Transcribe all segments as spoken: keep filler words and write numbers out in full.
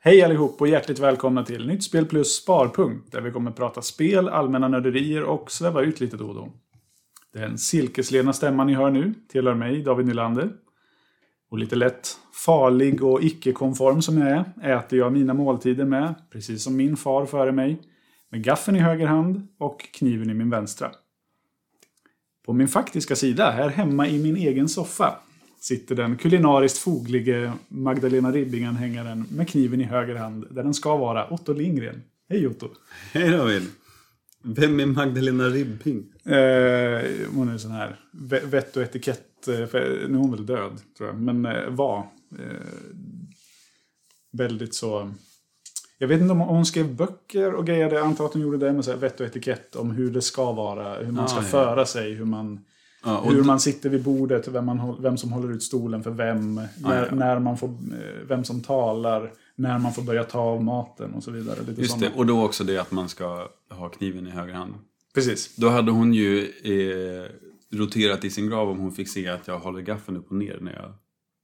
Hej allihop och hjärtligt välkomna till Nytt Spel plus Sparpunkt, där vi kommer att prata spel, allmänna nörderier och sväva ut lite då och då. Den silkeslena stämman ni hör nu tillhör mig, David Nylander. Och lite lätt farlig och icke-konform som jag är, äter jag mina måltider med, precis som min far före mig, med gaffeln i höger hand och kniven i min vänstra. På min faktiska sida, här hemma i min egen soffa, sitter den kulinariskt foglige Magdalena Ribbingen-hängaren med kniven i höger hand, där den ska vara Otto Lindgren. Hej Otto! Hej David! Vem är Magdalena Ribbing? Eh, hon är sån här vett och etikett, för nu är hon väl död tror jag, men eh, var eh, väldigt så... Jag vet inte om hon skrev böcker och grejer, jag antar att hon gjorde det med så här vett och etikett om hur det ska vara, hur man ah, ska ja. föra sig, hur man... Ja, hur man sitter vid bordet, vem, man, vem som håller ut stolen för vem, ah, när, ja. när man får, vem som talar, när man får börja ta av maten och så vidare. Lite Just sådana. det, och då också det att man ska ha kniven i höger hand. Precis. Då hade hon ju eh, roterat i sin grav om hon fick se att jag håller gaffeln upp och ner när jag...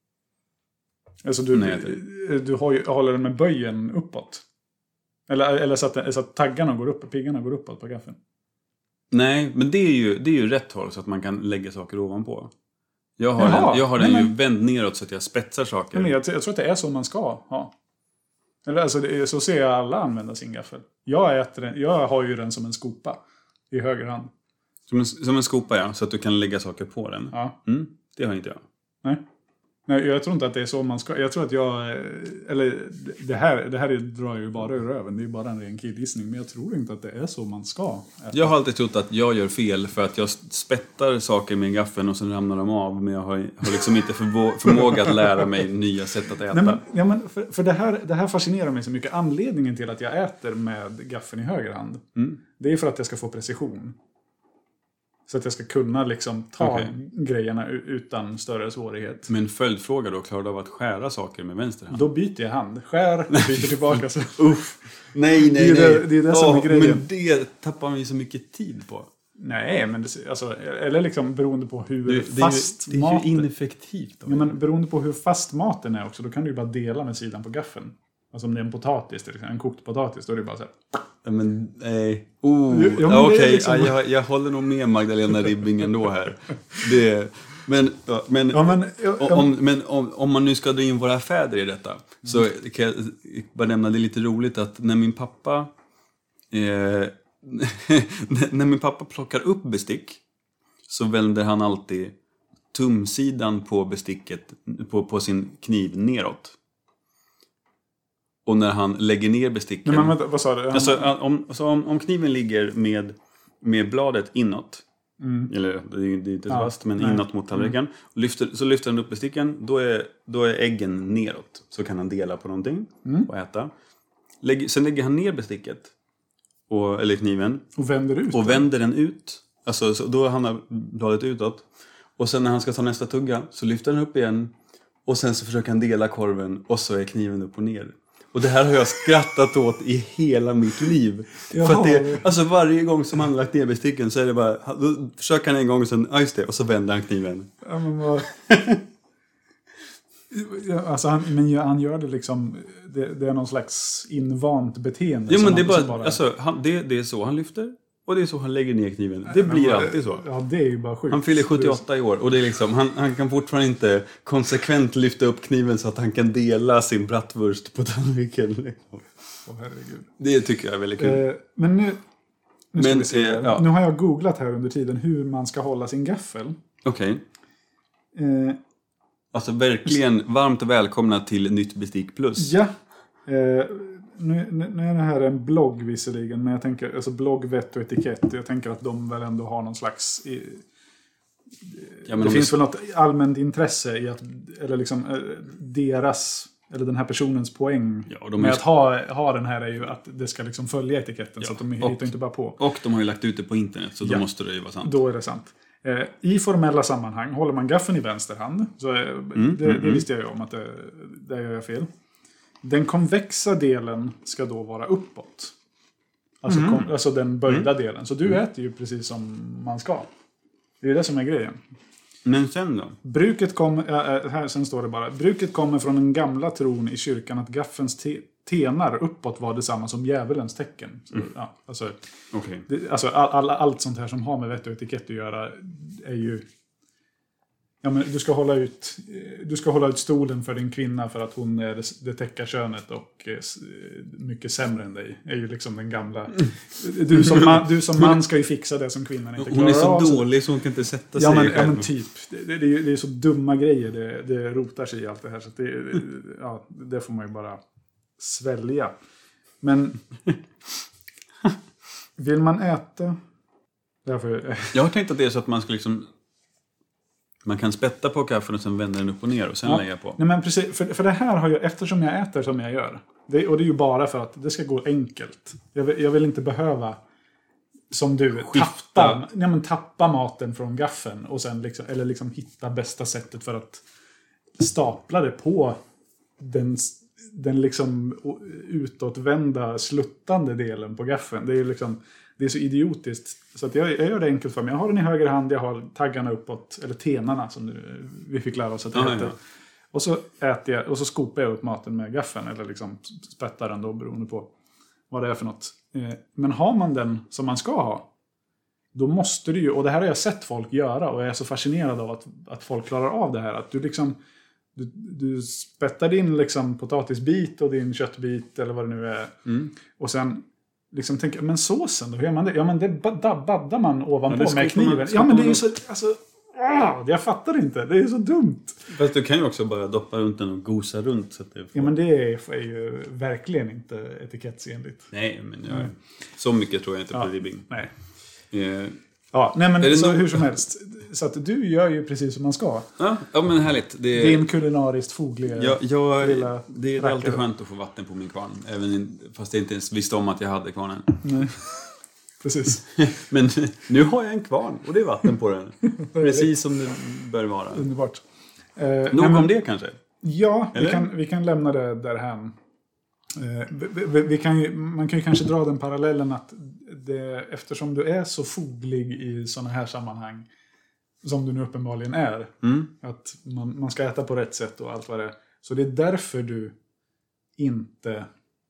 Alltså du, du, du har ju, håller den med böjen uppåt. Eller, eller så, att, så att taggarna går upp, piggarna går uppåt på gaffeln. Nej, men det är ju, det är ju rätt håll så att man kan lägga saker ovanpå. Jag har Jaha, den, jag har den nej, ju men... vänd neråt så att jag spetsar saker. Men jag, jag tror att det är så man ska ha. Eller alltså, det är, så ser jag alla använda sin gaffel. Jag, äter den, jag har ju den som en skopa i höger hand. Som en, som en skopa, ja. Så att du kan lägga saker på den. Ja. Mm, det har inte jag. Nej. Nej, jag tror inte att det är så man ska... Jag tror att jag... Eller det här, det här drar ju bara ur röven. Det är ju bara en ren killgissning. Men jag tror inte att det är så man ska äta. Jag har alltid trott att jag gör fel för att jag spettar saker med gaffeln och sen ramlar de av. Men jag har, har liksom inte förvå- förmåga att lära mig nya sätt att äta. Nej, men, ja, men för, för det, här, det här fascinerar mig så mycket. Anledningen till att jag äter med gaffeln i höger hand. Mm. Det är för att jag ska få precision. Så att jag ska kunna liksom ta okay. grejerna utan större svårighet. Men följdfråga då, klarar du av att skära saker med vänster hand? Då byter jag hand. Skär, byter tillbaka. Så. Uff. Nej, nej, det är nej. Det, det är det oh, som är grejen. Men det tappar man ju så mycket tid på. Nej, men det, alltså, eller liksom beroende på hur det, fast det är ju, det är ju ineffektivt. Ja, men beroende på hur fast maten är också, då kan du ju bara dela med sidan på gaffeln. Alltså om det är en potatis, till exempel, en kokt potatis, då är det bara så här. Men nej. Oh, ja, okej, okay. liksom... ja, jag, jag håller nog med Magdalena Ribbing ändå här. Det, men men, ja, men, ja, ja. Om, men om, om man nu ska dra in våra fäder i detta, mm. så kan jag bara nämna det lite roligt att när min pappa eh, när min pappa plockar upp bestick så vänder han alltid tumsidan på besticket på, på sin kniv neråt. Och när han lägger ner besticken... Nej, men vänta, vad sa du? Han... Alltså, om, alltså, om, om kniven ligger med, med bladet inåt. Mm. Eller det är, det är inte så ja, fast, men nej. inåt mot tallriken. Mm. Lyfter, så lyfter han upp besticken. Då är, då är äggen neråt. Så kan han dela på någonting mm. och äta. Lägg, sen lägger han ner besticket. Och, eller kniven. Och vänder ut. Och vänder den ut. Alltså, så då hamnar bladet utåt. Och sen när han ska ta nästa tugga så lyfter han upp igen. Och sen så försöker han dela korven. Och så är kniven upp och ner. Och det här har jag skrattat åt i hela mitt liv. Jaha. För att det, alltså varje gång som han lagt ner besticken så är det bara, då försöker han en gång och sen, ja just det, och så vänder han kniven. Ja, men vad... ja, alltså han, men han gör det liksom, det, det är någon slags invant beteende. Ja, men det är bara, bara... alltså han, det, det är så han lyfter. Och det är så han lägger ner kniven. Det blir men, alltid så. Ja, det är ju bara sjukt. Han fyller sjuttioåtta i år. Och det är liksom, han, han kan fortfarande inte konsekvent lyfta upp kniven så att han kan dela sin bratwurst på tallriken. Åh, herregud. Det tycker jag är väldigt kul. Eh, men nu, nu, men, vi se. Eh, ja. nu har jag googlat här under tiden hur man ska hålla sin gaffel. Okej. Okay. Eh, alltså verkligen varmt välkomna till Nytt Bestick Plus. Ja. Eh, Nu, nu är det här en blogg visserligen, men jag tänker, alltså blogg, vett och etikett, jag tänker att de väl ändå har någon slags, i, ja, det finns vi... väl något allmänt intresse i att, eller liksom deras, eller den här personens poäng ja, de med att ha, ha den här är ju att det ska liksom följa etiketten, ja, så att de hittar och, inte bara på. Och de har ju lagt ut det på internet, så då ja, måste det ju vara sant. Då är det sant. Eh, I formella sammanhang håller man gaffeln i vänster hand, så eh, mm, det, mm, det visste jag ju om att det, det gör jag fel. Den konvexa delen ska då vara uppåt. Alltså, mm. kom, alltså den böjda mm. delen. Så du mm. äter ju precis som man ska. Det är det som är grejen. Men sen då? Bruket kommer, äh, här sen står det bara. Bruket kommer från den gamla tron i kyrkan att gaffelns te- tenar uppåt var detsamma som djävulens tecken. Så, Mm. ja, alltså, Okej. det, alltså all, all, allt sånt här som har med vett och etikett att göra är ju... Ja, men du ska hålla ut du ska hålla ut stolen för din kvinna för att hon är det, det täcka könet och eh, mycket sämre än dig. Är ju liksom den gamla... Du som, man, du som man ska ju fixa det som kvinnan inte klarar Hon är så av. dålig så hon kan inte sätta sig Ja men, själv. ja, men typ. Det, det, det, är, det är så dumma grejer det, det rotar sig i allt det här. Så att det, det, ja, det får man ju bara svälja. Men vill man äta... Därför, Jag har tänkt att det är så att man ska liksom... Man kan spätta på kaffen och sen vända den upp och ner och sen ja. lägga på. Nej men precis, för, för det här har jag, eftersom jag äter som jag gör. Det, och det är ju bara för att det ska gå enkelt. Jag vill, jag vill inte behöva, som du, tappa, nej, men tappa maten från gaffeln. Och sen liksom, eller liksom hitta bästa sättet för att stapla det på den, den liksom utåtvända, sluttande delen på gaffeln. Det är ju liksom... Det är så idiotiskt. Så att jag, jag gör det enkelt för mig. Jag har den i höger hand. Jag har taggarna uppåt. Eller tenarna som nu, vi fick lära oss att det ah, heter. Ja. Och så äter jag. Och så skopar jag upp maten med gaffeln. Eller liksom spettar den då beroende på vad det är för något. Men har man den som man ska ha. Då måste du ju. Och det här har jag sett folk göra. Och jag är så fascinerad av att, att folk klarar av det här. Att du liksom. Du, du spettar din liksom potatisbit och din köttbit. Eller vad det nu är. Mm. Och sen. Liksom tänker, men såsen då, hur gör man det? Ja, men det baddar man ovanpå ja, med kniven. Man, ja, men det är ju man... så, alltså, ah, jag fattar inte. Det är så dumt. Fast du kan ju också bara doppa runt den och gosa runt. Så att det får... Ja, men det är, är ju verkligen inte etikettsenligt. Nej, men jag... mm. så mycket tror jag inte på ja, ribbing. Nej. Eh... Ja, nej men så no... hur som helst. Så att du gör ju precis som man ska. Ja, ja men härligt. Det är Din kulinariskt fogliga ja, jag, lilla det är rackare. Alltid skönt att få vatten på min kvarn. Även in, fast jag inte ens visste om att jag hade kvarnen. Nej, precis. Men nu har jag en kvarn och det är vatten på den. Precis som det bör vara. Underbart. Eh, Nog om det kanske? Ja, vi kan, vi kan lämna det därhän. Eh, vi, vi kan ju, man kan ju kanske dra den parallellen att det, eftersom du är så foglig i sådana här sammanhang som du nu uppenbarligen är, mm. att man, man ska äta på rätt sätt och allt vad det är. Så det är därför du inte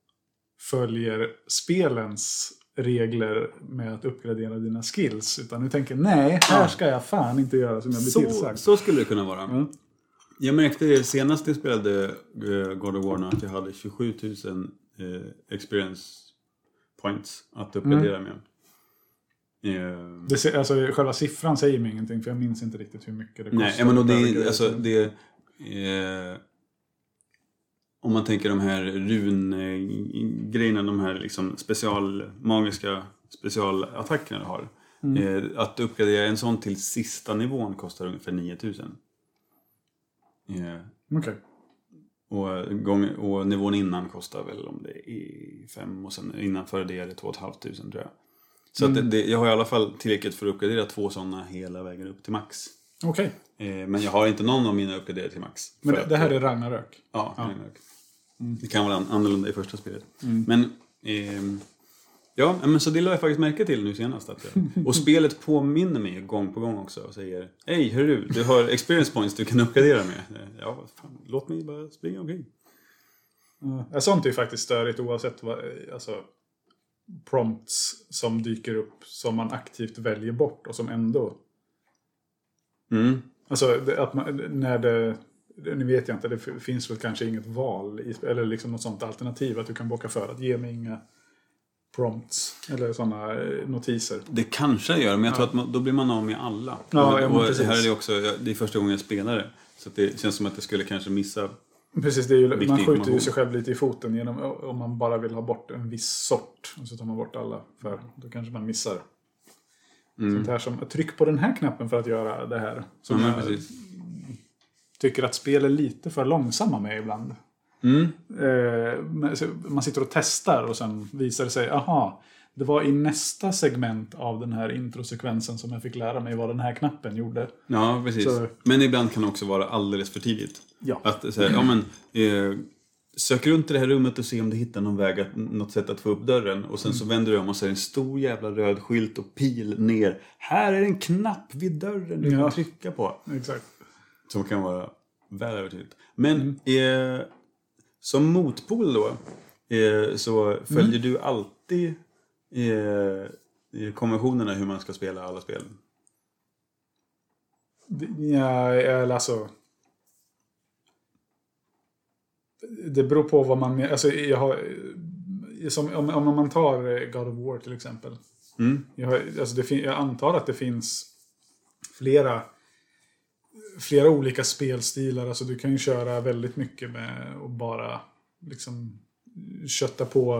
följer spelens regler med att uppgradera dina skills. Utan du tänker, nej, här ska jag fan inte göra som jag blir så, tillsagd. Så skulle det kunna vara. Mm. Jag märkte det senast jag spelade God of War att jag hade tjugosju tusen eh, experience points att uppgradera mm. med. Eh, det, alltså, själva siffran säger mig ingenting för jag minns inte riktigt hur mycket det kostar. Nej, men det, alltså, det eh, om man tänker de här run-grejerna, de här liksom special, magiska specialattackerna du har. Mm. Eh, att uppgradera en sån till sista nivån kostar ungefär nio tusen. Eh, Okej. Okay. Och, gång, och nivån innan kostar väl om det är fem och sen innanför det är det två och ett halvt tusen tror jag. Så mm. att det, det, jag har i alla fall tillräckligt för att uppgradera två sådana hela vägen upp till max. Okej. Okay. Eh, men jag har inte någon av mina uppgraderade till max. Men det, det här är Ragnarök? Ja, ja. Ragnarök. Mm. Det kan vara annorlunda i första spelet. Mm. Men eh, ja, men så det la jag faktiskt märke till nu senast. Att jag, och spelet påminner mig gång på gång också och säger: hej, hörru, du har experience points du kan uppgradera med. Ja, fan, låt mig bara springa omkring. Mm. Sånt är ju faktiskt störigt oavsett vad, alltså, prompts som dyker upp som man aktivt väljer bort och som ändå... Mm. Alltså, att man, när det... Nu vet jag inte, det finns väl kanske inget val i, eller liksom något sånt alternativ att du kan bocka för att ge mig inga prompts eller sådana notiser. Det kanske jag gör, men jag ja. tror att man, då blir man av med alla. Ja, och, ja, och här är det också, det är första gången jag spelar det. Så att det känns som att det skulle kanske missa. Precis, det är ju, man skjuter ju sig själv lite i foten genom, om man bara vill ha bort en viss sort. Och så tar man bort alla, för då kanske man missar. Mm. Sånt här som, tryck på den här knappen för att göra det här. Som ja, jag precis. tycker att spel är lite för långsamma med ibland. Mm. Eh, man sitter och testar och sen visar det sig, aha, det var i nästa segment av den här introsekvensen som jag fick lära mig vad den här knappen gjorde. Ja, precis. Så. Men ibland kan det också vara alldeles för tidigt. Ja. Att säga, ja men, eh, sök runt i det här rummet och se om du hittar någon väg, att, något sätt att få upp dörren. Och sen mm. så vänder du om och ser en stor jävla röd skylt och pil ner. Här är en knapp vid dörren du ja. kan trycka på. Exakt. Som kan vara väl övertydligt. Men mm. eh, som motpol då eh, så följer mm. du alltid eh, konventionerna hur man ska spela alla spel? Ja, alltså... Det beror på vad man... Alltså, jag har... Som, om, om man tar God of War till exempel. Mm. Jag, har, alltså det, jag antar att det finns flera flera olika spelstilar. Alltså du kan ju köra väldigt mycket med och bara liksom kötta på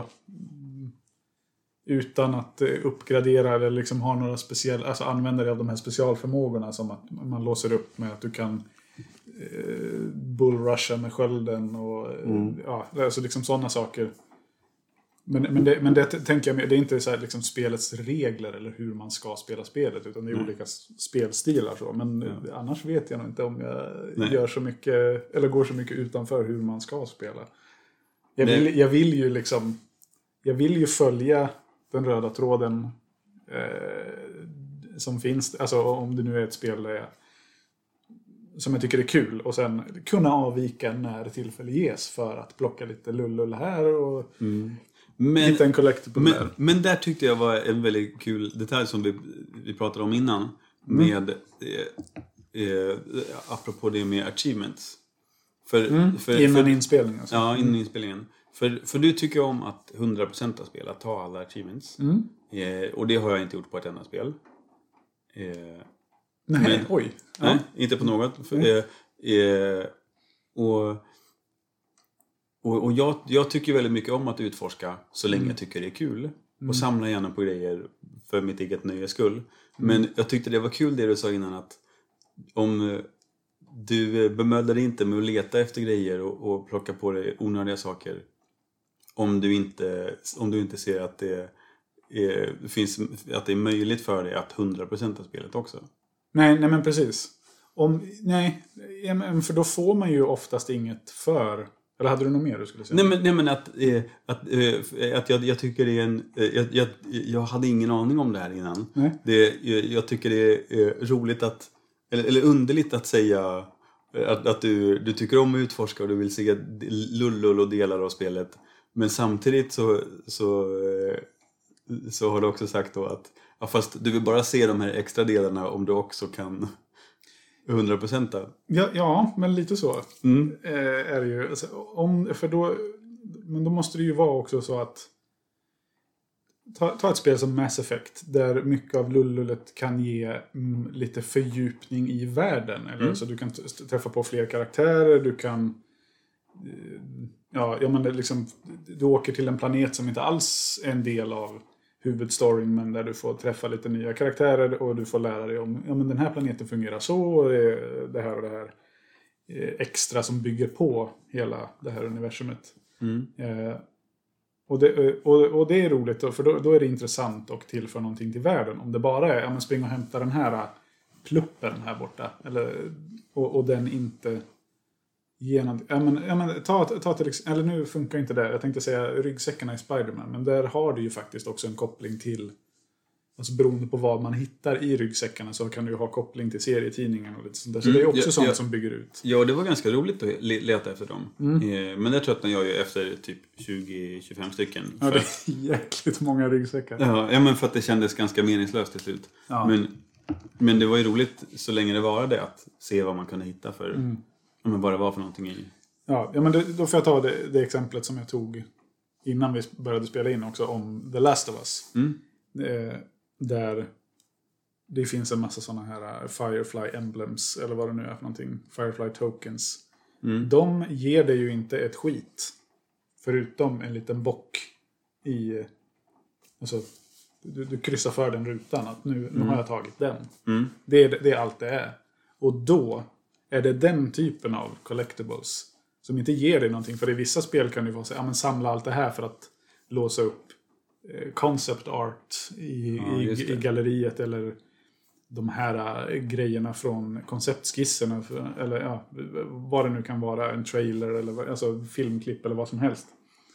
utan att uppgradera eller liksom ha några speciella, alltså använda dig av de här specialförmågorna som att man låser upp med att du kan eh, bullrusha med skölden och mm. ja, alltså liksom sådana saker. Men, men, det, men det tänker jag, det är inte så här liksom spelets regler eller hur man ska spela spelet, utan det är mm. olika spelstilar så. Men ja. annars vet jag nog inte om jag Nej. gör så mycket eller går så mycket utanför hur man ska spela. Jag vill, jag vill ju liksom jag vill ju följa den röda tråden eh, som finns, alltså om det nu är ett spel där jag, som jag tycker är kul, och sen kunna avvika när tillfälle ges för att plocka lite lullull här och mm. Men, hitta en collectible men, där. Men där tyckte jag var en väldigt kul detalj som vi, vi pratade om innan med eh, eh, apropå det med achievements. För, mm. för, innan för, inspelningen alltså. Ja, innan inspelningen. För, för du tycker om att hundra procent av spel, att ta alla achievements. Mm. Eh, och det har jag inte gjort på ett enda spel. Eh, nej, men, oj. Nej, ja. inte på något. För, eh, eh, och och, och jag, jag tycker väldigt mycket om att utforska så länge mm. jag tycker det är kul. Mm. Och samla gärna på grejer för mitt eget nöjes skull. Mm. Men jag tyckte det var kul det du sa innan, att om du bemödar dig inte med att leta efter grejer och, och plocka på dig onödiga saker. Om du inte, om du inte ser att det, är, finns, att det är möjligt för dig att hundra procent av spelet också. Nej, nej men precis. Om, nej, för då får man ju oftast inget för... Eller hade du något mer du skulle säga? Nej men, nej, men att, eh, att, eh, att jag, jag tycker det är en... Eh, jag, jag, jag hade ingen aning om det här innan. Nej. Det, jag, jag tycker det är eh, roligt att... Eller, eller underligt att säga att, att du, du tycker om att utforska och du vill se lullull och delar av spelet. Men samtidigt så, så, så har du också sagt då att ja, fast du vill bara se de här extra delarna om du också kan hundra procent. Ja, ja, men lite så mm. är det ju. Alltså, om, för då, men då måste det ju vara också så att ta, ta ett spel som Mass Effect där mycket av lullullet kan ge mm, lite fördjupning i världen. Eller mm. så du kan t- träffa på fler karaktärer, du kan ja, ja men det liksom, du åker till en planet som inte alls är en del av huvudstoryn, men där du får träffa lite nya karaktärer och du får lära dig om ja, men den här planeten fungerar så, och det här och det här extra som bygger på hela det här universumet. Mm. Eh, och, det, och, och det är roligt, för då, då är det intressant och tillför någonting till världen. Om det bara är, ja men spring och hämta den här pluppen här borta, eller, och, och den inte genom, ja men, ja men ta, ta till exempel, eller nu funkar inte det, jag tänkte säga ryggsäckarna i Spider-Man, men där har du ju faktiskt också en koppling till, alltså beroende på vad man hittar i ryggsäckarna så kan du ju ha koppling till serietidningen och lite sånt där, så mm, det är också ja, sånt ja, som bygger ut. Ja, det var ganska roligt att leta efter dem. Mm. Men det tröttnar jag ju efter typ tjugo till tjugofem stycken. Ja, det är jäkligt många ryggsäckar. Ja, ja, men för att det kändes ganska meningslöst till slut. Ja. Men, men det var ju roligt så länge det var det, att se vad man kunde hitta för... Mm. Men vad det var för någonting i. Ja, ja men det, då får jag ta det, det exemplet som jag tog innan vi började spela in också om The Last of Us. Mm. Eh, där det finns en massa sådana här Firefly Emblems, eller vad det nu är för någonting. Firefly Tokens. Mm. De ger dig ju inte ett skit. Förutom en liten bock i... Alltså, du, du kryssar för den rutan. Att nu, mm. nu har jag tagit den. Mm. Det, är, det är allt det är. Och då... är det den typen av collectibles som inte ger dig någonting? För i vissa spel kan du vara så ja, men samla allt det här för att låsa upp eh, concept art i, ja, i, i galleriet, eller de här uh, grejerna från konceptskisserna för, eller ja, vad det nu kan vara, en trailer eller alltså filmklipp eller vad som helst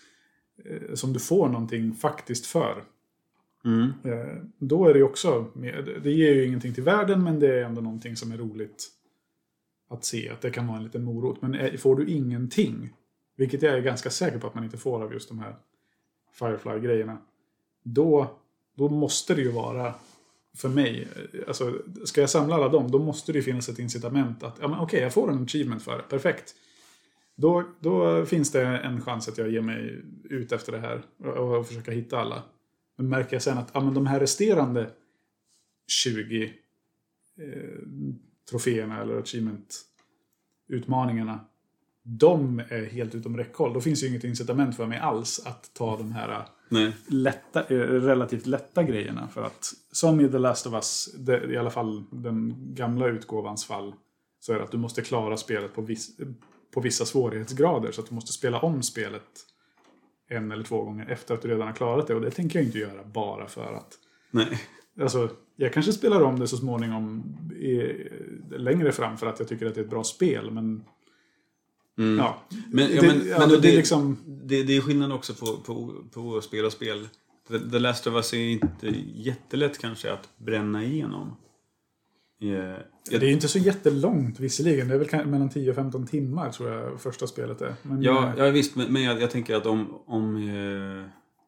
eh, som du får någonting faktiskt för. Mm. Eh, då är det också med, det ger ju ingenting till världen, men det är ändå någonting som är roligt att se, att det kan vara en liten morot. Men får du ingenting vilket jag är ganska säker på att man inte får av just de här Firefly-grejerna, då, då måste det ju vara, för mig, alltså ska jag samla alla dem, då måste det ju finnas ett incitament att, ja men okej, okay, jag får en achievement för det, perfekt. Då, då finns det en chans att jag ger mig ut efter det här och, och försöka hitta alla. Men märker jag sen att ja, men de här resterande tjugo eh, troféerna eller achievement-utmaningarna, de är helt utom räckhåll. Då finns ju inget incitament för mig alls att ta de här Nej. lätta, relativt lätta grejerna. För att, som i The Last of Us, det, i alla fall den gamla utgåvans fall, så är det att du måste klara spelet på, viss, på vissa svårighetsgrader. Så att du måste spela om spelet en eller två gånger efter att du redan har klarat det. Och det tänker jag inte göra bara för att... Nej. Alltså, jag kanske spelar om det så småningom i, längre fram för att jag tycker att det är ett bra spel, men... Mm. Ja, men, ja, det, men, ja, men det, det, det är liksom... Det, det är skillnad också på, på, på spel och spel. The, The Last of Us är inte jättelätt kanske att bränna igenom. Yeah. Det är ju inte så jättelångt visserligen. Det är väl mellan tio och femton timmar tror jag första spelet är. Men, ja, ja, visst. Men, men jag, jag tänker att om... om eh,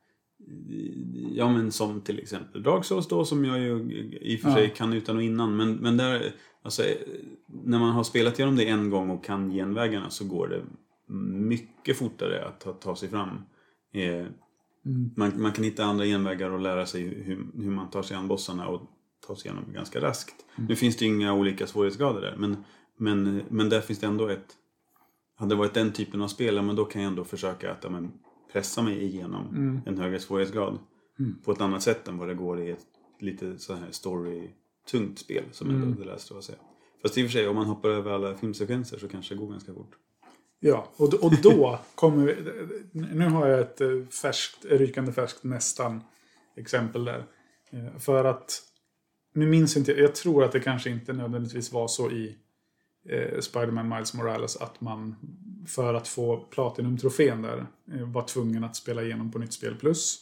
ja, men som till exempel Dark Souls då, som jag ju i och för sig ja. kan utan och innan. Men, men där... Alltså, när man har spelat igenom det en gång och kan genvägarna så går det mycket fortare att ta, ta sig fram. Eh, mm. man, man kan hitta andra genvägar och lära sig hur, hur man tar sig an bossarna och ta sig igenom ganska raskt. Mm. Nu finns det inga olika svårighetsgrader där, men, men, men där finns det ändå ett... Hade det varit den typen av spel, men då kan jag ändå försöka att ja, men, pressa mig igenom mm. en högre svårighetsgrad mm. på ett annat sätt än vad det går i ett lite så här story... tungt spel som mm. ändå det läste att säga. Fast i och för sig, om man hoppar över alla filmsekvenser så kanske det går ganska fort. Ja, och då, och då kommer vi, nu har jag ett färskt, rykande färskt nästan exempel där. För att, nu minns inte, jag tror att det kanske inte nödvändigtvis var så i eh, Spider-Man Miles Morales att man för att få Platinum-trofén där eh, var tvungen att spela igenom på Nytt Spel Plus.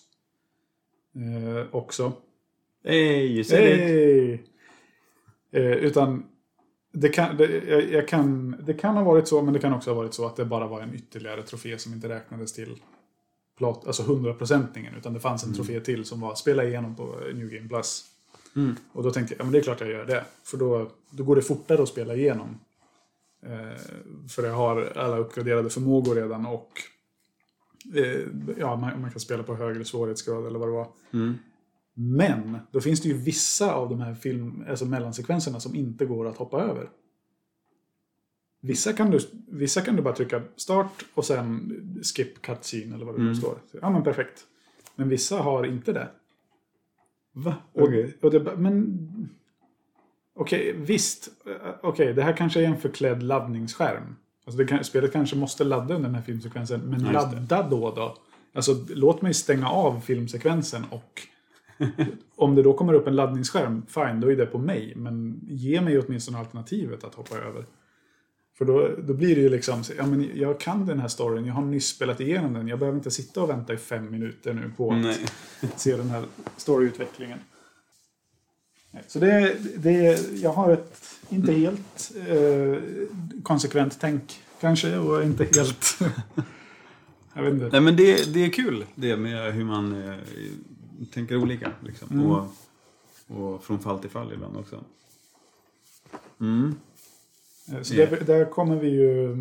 Eh, också. Hey, you said hey. it. Eh, utan det kan, det, jag, jag kan, det kan ha varit så, men det kan också ha varit så att det bara var en ytterligare trofé som inte räknades till plat, alltså hundraprocentningen, utan det fanns en mm. trofé till som var spela igenom på New Game Plus. Mm. Och då tänkte jag, ja men det är klart jag gör det. För då, då går det fortare att spela igenom. Eh, för jag har alla uppgraderade förmågor redan och eh, ja, man, man kan spela på högre svårighetsgrad eller vad det var. Mm. Men då finns det ju vissa av de här film, alltså mellansekvenserna som inte går att hoppa över. Vissa kan du, vissa kan du bara trycka start och sen skip cutscene eller vad det nu mm. står. Ja men perfekt. Men vissa har inte det. Va? Okay. Och, och det, men okej, okay, visst. Okej, okay, det här kanske är en förklädd laddningsskärm. Alltså det kan, spelet kanske måste ladda under den här filmsekvensen. Men ja, ladda då då. Alltså låt mig stänga av filmsekvensen och om det då kommer upp en laddningsskärm, fine, då är det på mig. Men ge mig åtminstone alternativet att hoppa över. För då, då blir det ju liksom, ja men jag kan den här storyn, jag har nyss spelat igenom den. Jag behöver inte sitta och vänta i fem minuter nu på att Nej. se den här storyutvecklingen. Så det, det, jag har ett inte helt eh, konsekvent tänk kanske, och inte helt... jag vet inte. Nej men det, det är kul det med hur man eh, tänker olika liksom. Mm. Och, och från fall till fall ibland också. Mm. Så yeah. där, där kommer vi ju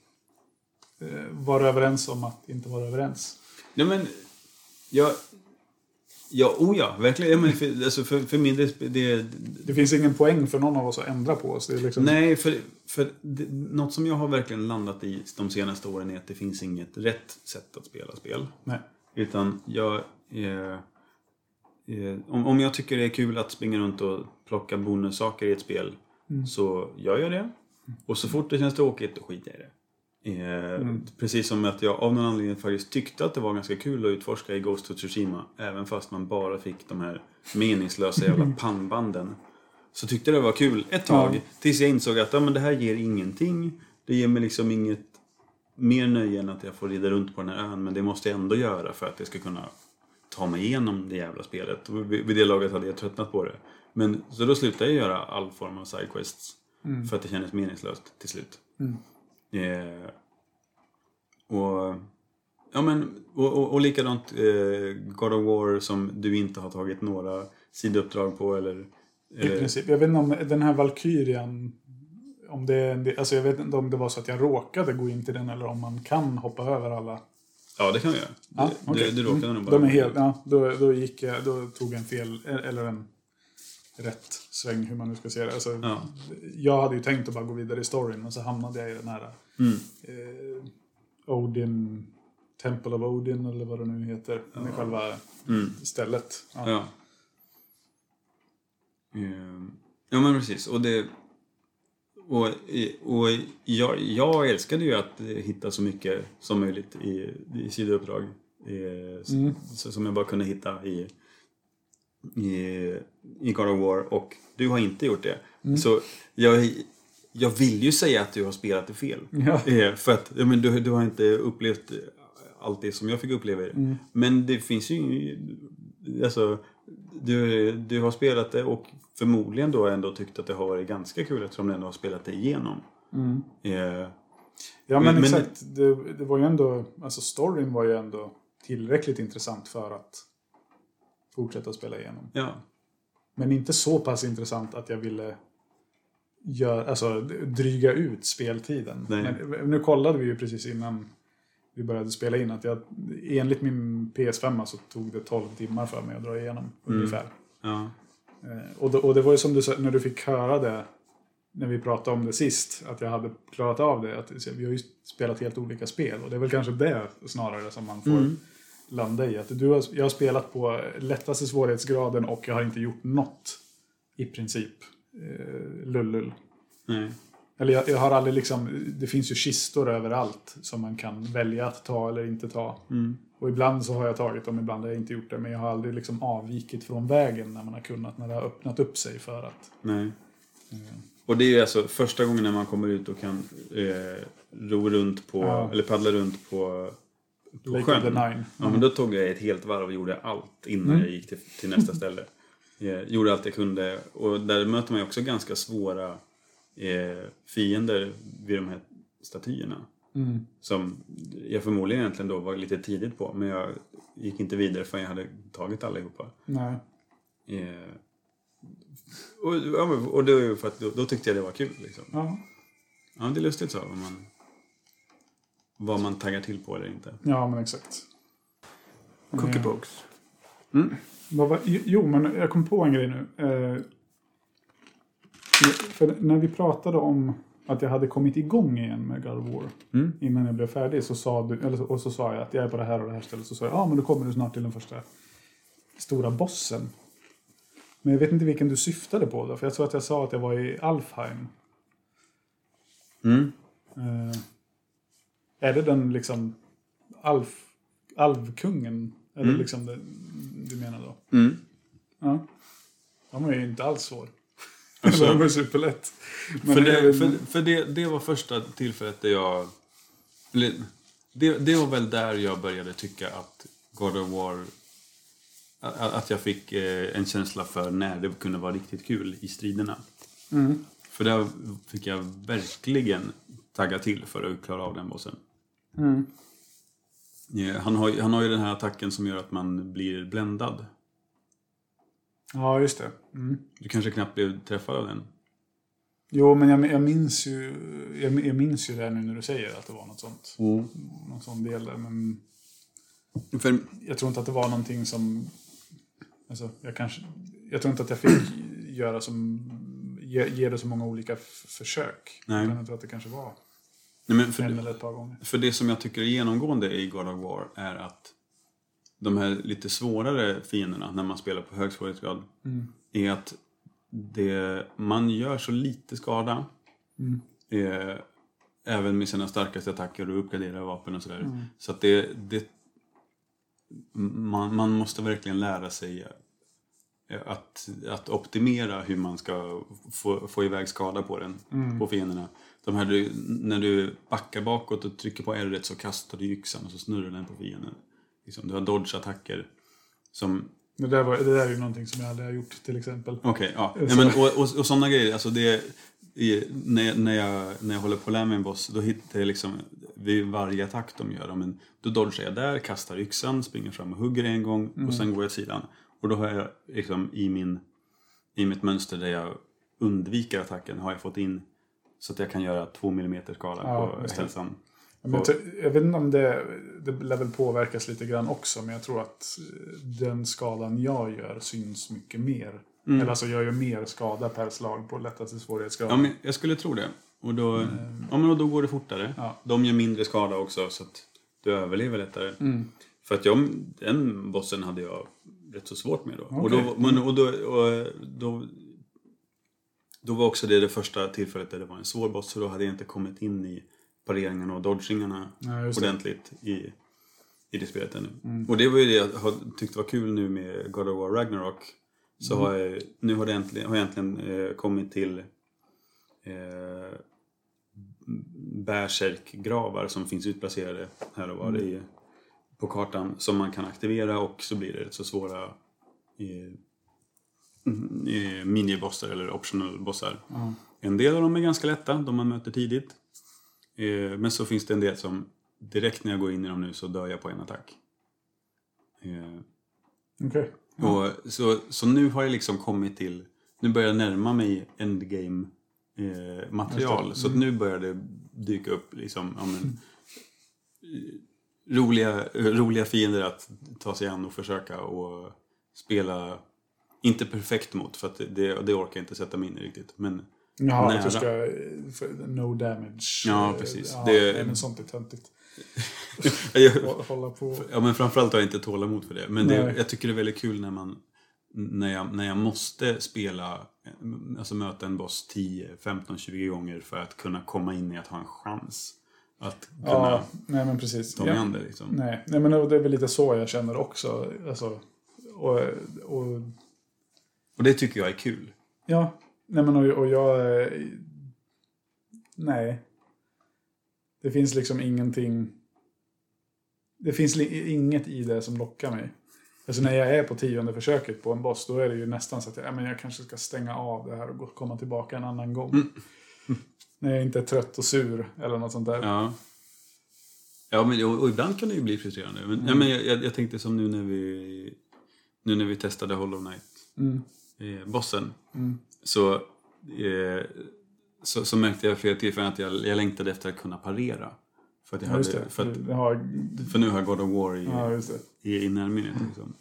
eh, vara överens om att inte vara överens. Nej men, jag... Ja, oh ja, verkligen. Ja, men för, alltså för, för min det, det... Det finns ingen poäng för någon av oss att ändra på oss. Det är liksom... Nej, för, för det, något som jag har verkligen landat i de senaste åren är att det finns inget rätt sätt att spela spel. Nej. Utan jag... Eh, eh, om, om jag tycker det är kul att springa runt och plocka bonussaker i ett spel mm. så jag gör det. Och så fort det känns tråkigt då skiter jag i det. Eh, mm. Precis som att jag av någon anledning faktiskt tyckte att det var ganska kul att utforska i Ghost of Tsushima, även fast man bara fick de här meningslösa jävla pannbanden, så tyckte det var kul ett tag, ja. Tills jag insåg att ja, men det här ger ingenting. Det ger mig liksom inget mer nöje än att jag får rida runt på den här ön, men det måste jag ändå göra för att jag ska kunna ta mig igenom det jävla spelet. Och vid det laget hade jag tröttnat på det. Men så då slutade jag göra all form av sidequests mm. för att det kändes meningslöst till slut. Mm. Eh, och ja men och, och, och likadant eh, God of War som du inte har tagit några sidouppdrag på eller i princip. Jag vet inte om den här Valkyrian, om det, alltså jag vet inte om det var så att jag råkade gå in till den eller om man kan hoppa över alla. Ja, det kan jag göra. Ja, du, okay. du, du råkade nog bara. De är helt, ja, då, då gick jag, då tog jag en fel, eller en rätt sväng, hur man nu ska säga det. Alltså, ja. Jag hade ju tänkt att bara gå vidare i storyn, men så hamnade jag i den här mm. eh, Odin, Temple of Odin, eller vad det nu heter. Ja. Med själva mm. stället. Ja. Ja. Mm. Ja, men precis. Och det... Och, och jag, jag älskade ju att hitta så mycket som möjligt i, i sidouppdrag. Mm. Som jag bara kunde hitta i, i, i God of War. Och du har inte gjort det. Mm. Så jag, jag vill ju säga att du har spelat det fel. Ja. För att ja, men du, du har inte upplevt allt det som jag fick uppleva det. Mm. Men det finns ju... Alltså, du, du har spelat det och förmodligen då ändå tyckt att det har varit ganska kul eftersom du ändå har spelat det igenom. Mm. Eh, ja men, men exakt. Det, det var ju ändå, alltså storyn var ju ändå tillräckligt intressant för att fortsätta spela igenom. Ja. Men inte så pass intressant att jag ville gör, alltså, dryga ut speltiden. Men, nu kollade vi ju precis innan vi började spela in att jag, enligt min P S fem så tog det tolv timmar för mig att dra igenom mm. ungefär. Ja. Och, det, och det var ju som du sa, när du fick höra det när vi pratade om det sist, att jag hade klarat av det, att vi har ju spelat helt olika spel och det är väl kanske det snarare som man får mm. landa i. Att du har, jag har spelat på lättaste svårighetsgraden och jag har inte gjort något i princip eh, lullull. Nej. Eller jag, jag har aldrig liksom, det finns ju kistor överallt som man kan välja att ta eller inte ta. Mm. Och ibland så har jag tagit dem, ibland har jag inte gjort det. Men jag har aldrig liksom avvikit från vägen när man har kunnat, när det har öppnat upp sig för att... Nej. Mm. Och det är ju alltså första gången när man kommer ut och kan eh, ro runt på, ja. eller paddla runt på, på Lake sjön. of the Nine. Mm. Ja, men då tog jag ett helt varv och gjorde allt innan mm. jag gick till, till nästa ställe. Jag gjorde allt jag kunde. Och där möter man ju också ganska svåra eh, fiender vid de här statyerna. Mm. Som jag förmodligen egentligen då var lite tidigt på. Men jag gick inte vidare förrän jag hade tagit allihopa. Nej. Eh, och, och det var ju för att då, då tyckte jag det var kul liksom. Ja. Ja, det är lustigt så vad man, vad man taggar till på eller inte. Ja, men exakt. Cookie box. Mm. Var, jo, men jag kom på en grej nu. Eh, för när vi pratade om att jag hade kommit igång igen med God of War mm. innan jag blev färdig, så sa du, eller, och så sa jag att jag är på det här och det här stället. Så sa jag, ja men då kommer du snart till den första stora bossen. Men jag vet inte vilken du syftade på då, för jag tror att jag sa att jag var i Alfheim. Mm. Eh, är det den liksom Alf, Alvkungen? Är mm. det liksom det du menar då? Mm. Ja. De är ju inte alls svår. Alltså, det var superlätt. Men för det, det, för, för det, det var första tillfället där jag... Det, det var väl där jag började tycka att God of War... Att jag fick en känsla för när det kunde vara riktigt kul i striderna. Mm. För där fick jag verkligen tagga till för att klara av den bossen. Mm. Han har, han har ju den här attacken som gör att man blir bländad. Ja, just det. Mm. Du kanske knappt blev träffad av den. Jo, men jag, jag minns ju jag, jag minns ju det nu när du säger att det var något sånt. Mm. Någon sån del där, men för, jag tror inte att det var någonting som alltså, jag kanske jag tror inte att jag fick göra som ge, ge det så många olika f- försök. Nej. Jag tror att det kanske var Nej, men för, en eller ett par gånger. För det som jag tycker är genomgående i God of War är att de här lite svårare fienderna när man spelar på hög svårighetsgrad mm. är att det, man gör så lite skada mm. eh, även med sina starkaste attacker och uppgraderar vapen och sådär. Mm. Så att det, det man, man måste verkligen lära sig att, att optimera hur man ska få, få iväg skada på den, mm. på fienderna. De här, du, när du backar bakåt och trycker på R så kastar du yxan och så snurrar den på fienden. Liksom, du har dodge-attacker som... Det där, var, det där är ju någonting som jag aldrig har gjort till exempel. Okej, okay, ja. ja men, och, och, och sådana grejer, alltså det är, när, när, jag, när jag håller på att lära mig en boss, då hittar jag liksom vid varje attack de gör. Men då dodgar jag där, kastar yxan, springer fram och hugger en gång mm. och sen går jag sidan. Och då har jag liksom i, min, i mitt mönster där jag undviker attacken har jag fått in så att jag kan göra två millimeter skala ja, på hälsan. Men t- jag vet inte om det, det lär väl påverkas lite grann också, men jag tror att den skadan jag gör syns mycket mer. Mm. Eller alltså jag gör mer skada per slag på lättaste svårighetsgrad. Ja, men jag skulle tro det. Och då, mm. ja, men då går det fortare. Ja. De gör mindre skada också så att du överlever lättare. Mm. För att jag, den bossen hade jag rätt så svårt med då. Okay. Och, då, men, och, då, och då då var också det det första tillfället där det var en svår boss. Så då hade jag inte kommit in i pareringarna och dodgingarna ja, ordentligt i, i det spelet ännu. Mm. Och det var ju det jag tyckte var kul nu med God of War Ragnarok. Så mm. har jag, nu har, det äntligen, har jag äntligen eh, kommit till eh, bärsärkgravar som finns utplacerade här och var mm. i, på kartan som man kan aktivera och så blir det rätt så svåra i, i minibossar eller optional bossar. Mm. En del av dem är ganska lätta, de man möter tidigt. Eh, men så finns det en del som direkt när jag går in i dem nu så dör jag på en attack. Eh, Okej. Okay. Och så, så nu har jag liksom kommit till, nu börjar jag närma mig endgame eh, material. Mm. Så att nu börjar det dyka upp liksom, ja, men, roliga, roliga fiender att ta sig an och försöka och spela, inte perfekt mot för att det, det orkar jag inte sätta mig in i riktigt. Men ja, nära. Att du ska, no damage. Ja, precis. Ja, det, men sånt är töntigt. Hålla på. Ja, men framförallt har jag inte tålamod för det. Men det, jag tycker det är väldigt kul när man när jag, när jag måste spela, alltså möta en boss tio, femton, tjugo gånger för att kunna komma in i att ha en chans att kunna ja, nej, men precis. ta mig an det liksom. Nej, nej, men det är väl lite så jag känner också. Alltså, och, och... och det tycker jag är kul. Ja, nej men och, och jag nej. Det finns liksom ingenting. Det finns li- inget i det som lockar mig. Alltså när jag är på tionde försöket på en boss, då är det ju nästan så att jag, ja, men jag kanske ska stänga av det här och gå, komma tillbaka en annan gång. Mm. När jag inte är trött och sur eller något sånt där. Ja, ja men, och, och ibland kan det ju bli frustrerande. Men, mm. ja, men jag, jag tänkte som nu när vi nu när vi testade Hollow Knight mm. eh, bossen mm. så, eh, så så märkte jag flera tillfällen att jag, jag längtade efter att kunna parera. För, att jag ja, hade, det. För, att, har... för nu har jag God of War i, ja, i, i närminnet. Liksom.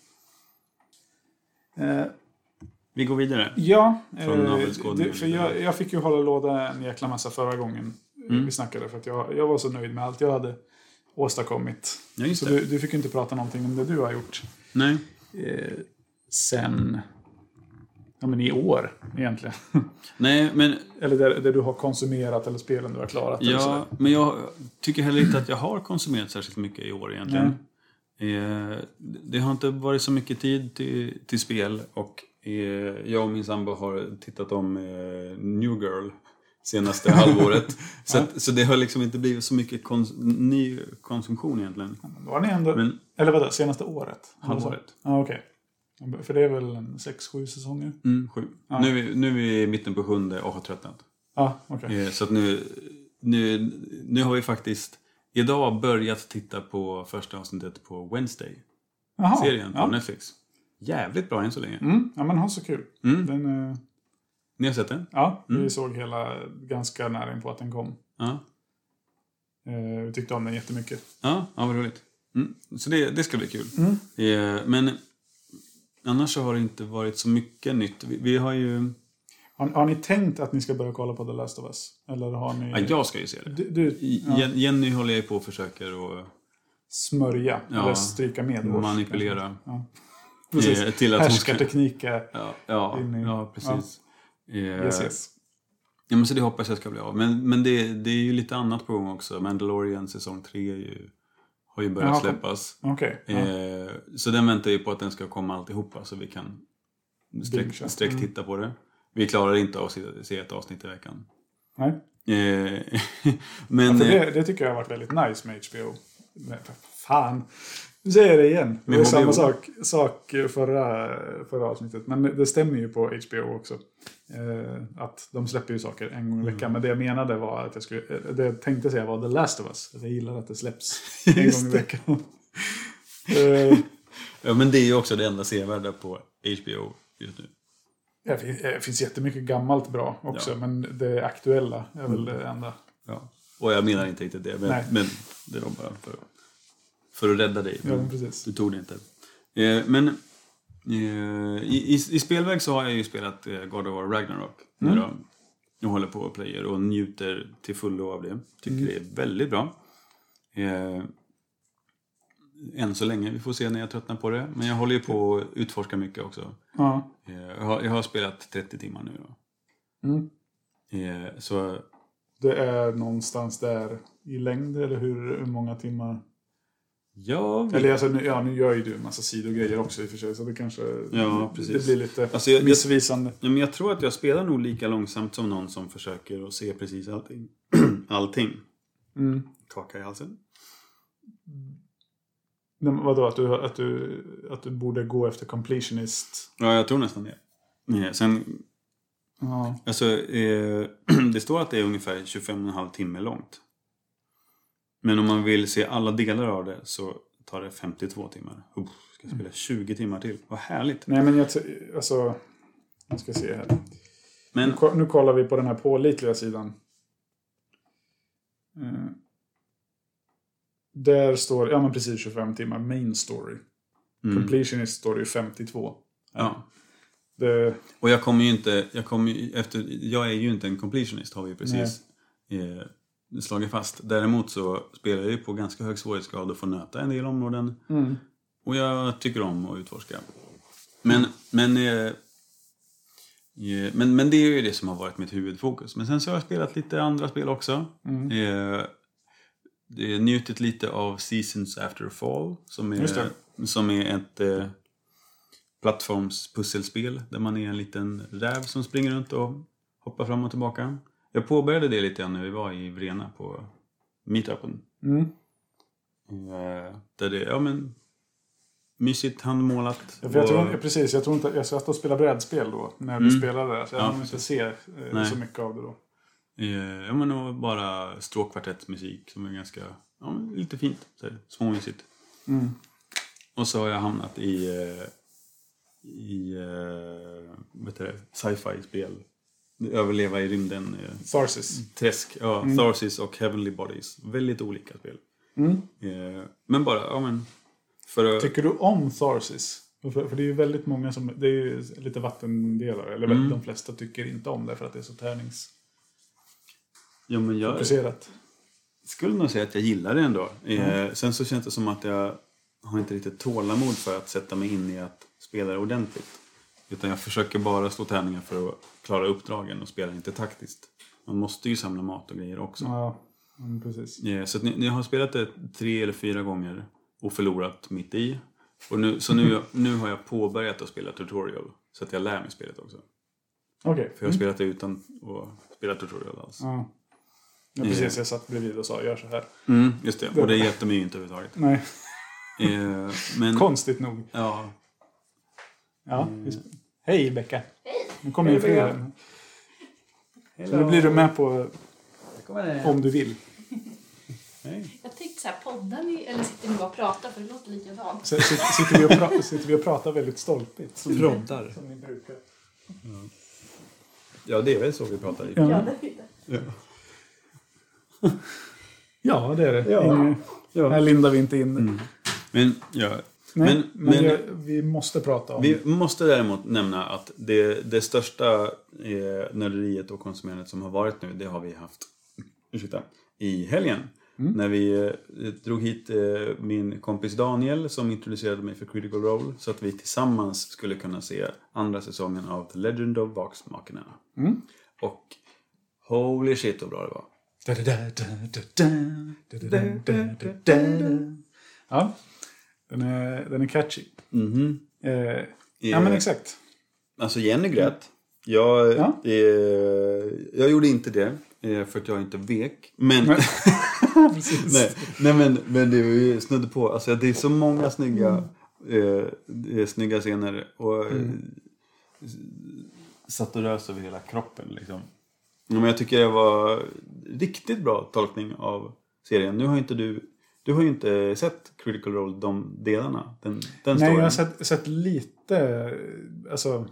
Eh, Vi går vidare. Ja, eh, det, för jag, jag fick ju hålla låda en jäkla massa förra gången mm. vi snackade. För att jag, jag var så nöjd med allt jag hade åstadkommit. Ja, så du, du fick ju inte prata någonting om det du har gjort. Nej. Eh, sen... Ja, men i år egentligen. Nej, men... Eller där, där du har konsumerat eller spelen du har klarat. Ja, men jag tycker heller inte att jag har konsumerat särskilt mycket i år egentligen. Eh, det har inte varit så mycket tid till, till spel. Och eh, jag och min sambo har tittat om eh, New Girl senaste halvåret. Så, att, så det har liksom inte blivit så mycket kons- ny konsumtion egentligen. Då har ni ändå... Men, eller vad det senaste året? Halvåret. Ja, ah, okej. Okay. För det är väl en sex, sju säsonger? Mm, sju. Ja. Nu, är vi, nu är vi i mitten på sjunde och har tröttnat. Ja, okej. Okay. Så att nu, nu, nu har vi faktiskt idag börjat titta på första avsnittet på Wednesday. Aha, serien på ja. Netflix. Jävligt bra än så länge. Mm, ja, men har så kul. Mm. Den, uh... Ni har sett den? Ja, vi mm. såg hela ganska nära in på att den kom. Ja. Uh, vi tyckte om den jättemycket. Ja, ja vad roligt. Mm. Så det, det ska bli kul. Mm. Uh, men... Annars så har det inte varit så mycket nytt. Vi, vi har ju... Har, har ni tänkt att ni ska börja kolla på The Last of Us? Eller har ni... Ja, jag ska ju se det. Du, du, ja. Jenny håller jag på och försöker och... Smörja. Ja, eller stryka med. Manipulera. Ja. Precis. Eh, till att härskartekniker. Ja, ja, ja, precis. Ja. Eh, yes, yes. Ja, men så det hoppas jag ska bli av. Men, men det, det är ju lite annat på gång också. Mandalorian säsong tre är ju... har ju börjat Jaha, släppas. Okay, ja. eh, så den väntar ju på att den ska komma alltihopa så vi kan sträck, sträck mm. titta på det. Vi klarar inte att se ett avsnitt i veckan. Nej. Eh, men, ja, för det, det tycker jag har varit väldigt nice med H B O. Men Fan. Nu säger jag det igen. Det Med är samma H B O. sak, sak förra, förra avsnittet. Men det stämmer ju på H B O också. Eh, att de släpper ju saker en gång i veckan. Mm. Men det jag menade var att jag skulle... Det jag tänkte säga var The Last of Us. Jag gillar att det släpps en gång i veckan. eh, Ja, men det är ju också det enda sevärda på H B O just nu. Det finns, det finns jättemycket gammalt bra också. Ja. Men det aktuella är väl det enda. Ja. Och jag menar inte riktigt det. Men, men det var bara för, för att rädda dig. Ja, precis. Du tog det inte. Eh, men eh, i, i, i spelväg så har jag ju spelat eh, God of War Ragnarok. Mm. Nu då. Jag håller på och player och njuter till fullo av det. Tycker mm. det är väldigt bra. Eh, än så länge. Vi får se när jag tröttnar på det. Men jag håller ju på att utforska mycket också. Ja. Eh, jag, har, jag har spelat trettio timmar nu då. Mm. Eh, så... Det är någonstans där i längd, eller hur, hur många timmar? Ja, vi... Eller alltså, nu, ja, nu gör ju du en massa sidogrejer också i och för sig, så det kanske ja, precis. Det blir lite alltså, jag, missvisande. Jag, men jag tror att jag spelar nog lika långsamt som någon som försöker att se precis allting. allting. Mm. Kaka i halsen. Men vadå, att du, att, du, att du borde gå efter completionist? Ja, jag tror nästan det. Ja, sen... Ja. Alltså, eh, det står att det är ungefär tjugofem och en halv timme långt. Men om man vill se alla delar av det så tar det femtiotvå timmar. Oh, ska jag spela tjugo timmar till? Vad härligt. Nej, men jag t- alltså... Jag ska se här. Men... Nu, nu kollar vi på den här pålitliga sidan. Eh, där står, ja men precis tjugofem timmar, main story. Mm. Completionist står det ju femtiotvå. Ja. Det... Och jag kommer ju inte, jag kommer ju, efter, jag är ju inte en completionist, har vi precis eh, slagit fast. Däremot så spelar jag ju på ganska hög svårighetsgrad och får nöta en del områden. Mm. Och jag tycker om att utforska. Men, men, eh, men, men det är ju det som har varit mitt huvudfokus. Men sen så har jag spelat lite andra spel också. Mm. Eh, det är njutit lite av Seasons After Fall. Som är, som är ett... Eh, plattformspusselspel där man är en liten räv som springer runt och hoppar fram och tillbaka. Jag påbörjade det lite grann när vi var i Vrena på meetupen. Mm. Där det, ja men, mysigt handmålat. Ja, för jag tror, precis, jag tror inte, jag satt och spelade brädspel då när mm. vi spelade där. Så jag ja, inte se eh, så mycket av det då. Ja, men och bara stråkkvartettmusik som är ganska, ja, lite fint. Småmysigt. Mm. Och så har jag hamnat i... i uh, vet du, sci-fi-spel. Överleva i rymden. Uh, Tharsis. Träsk, ja. Mm. Tharsis och Heavenly Bodies. Väldigt olika spel. Mm. Uh, men bara, ja men... För, uh, Tycker du om Tharsis? För, för det är ju väldigt många som... Det är ju lite vattendelare. Eller mm. de flesta tycker inte om det för att det är så tärnings... Ja, men jag... fokuserat. Skulle nog säga att jag gillar det ändå. Mm. Uh, sen så känns det som att jag har inte riktigt tålamod för att sätta mig in i att spela det ordentligt. Utan jag försöker bara slå tärningar för att klara uppdragen och spela inte taktiskt. Man måste ju samla mat och grejer också. Ja, mm, precis. Yeah, så att ni, ni har spelat det tre eller fyra gånger och förlorat mitt i. Och nu, så nu, nu har jag påbörjat att spela tutorial. Så att jag lär mig spelet också. Okej. Okay. För jag har spelat det utan att spela tutorial alls. Ja. Ja, precis. Yeah. Jag satt bredvid och sa, gör så här. Mm, just det. Och det hjälpte mig inte överhuvudtaget. Nej. Eh, men, konstigt nog. Ja. Ja. Mm. Hej Becka. Hej. Nu kommer ju fler. Så nu blir du med på om du vill. Hej. Jag tyckte så här, poddar ni, eller sitter ni bara och pratar för det låter likadant. Så, sitter, vi och pra, sitter vi och pratar väldigt stolpigt. Som proddar. Som ni brukar. Ja. Ja, det är väl så vi pratar. I. Ja. Ja, det är det. Ja. Ja, det är det. Ja. Inge, ja. Här lindar vi inte in. Mm. Men, ja. Nej, men, men, men jag, vi måste prata om... Vi måste däremot nämna att det, det största eh, nörderiet och konsumerandet som har varit nu, det har vi haft ursäkta, i helgen. Mm. När vi eh, drog hit eh, min kompis Daniel som introducerade mig för Critical Role. Så att vi tillsammans skulle kunna se andra säsongen av The Legend of Vox Machina. Mm. Och holy shit vad bra det var. Ja, den är, den är catchy. Mm-hmm. Eh, ja, men exakt. Alltså Jenny grät. Jag, ja. eh, jag gjorde inte det. För att jag inte vek. Men, Precis. nej, nej men, men det är ju snudd på. Alltså, det är så många snygga, mm. eh, snygga scener. Och mm. satt och rös över hela kroppen. Liksom. Men jag tycker det var riktigt bra tolkning av serien. Nu har inte du... Du har ju inte sett Critical Role, de delarna. Den, den Nej, jag har sett, sett lite... Alltså...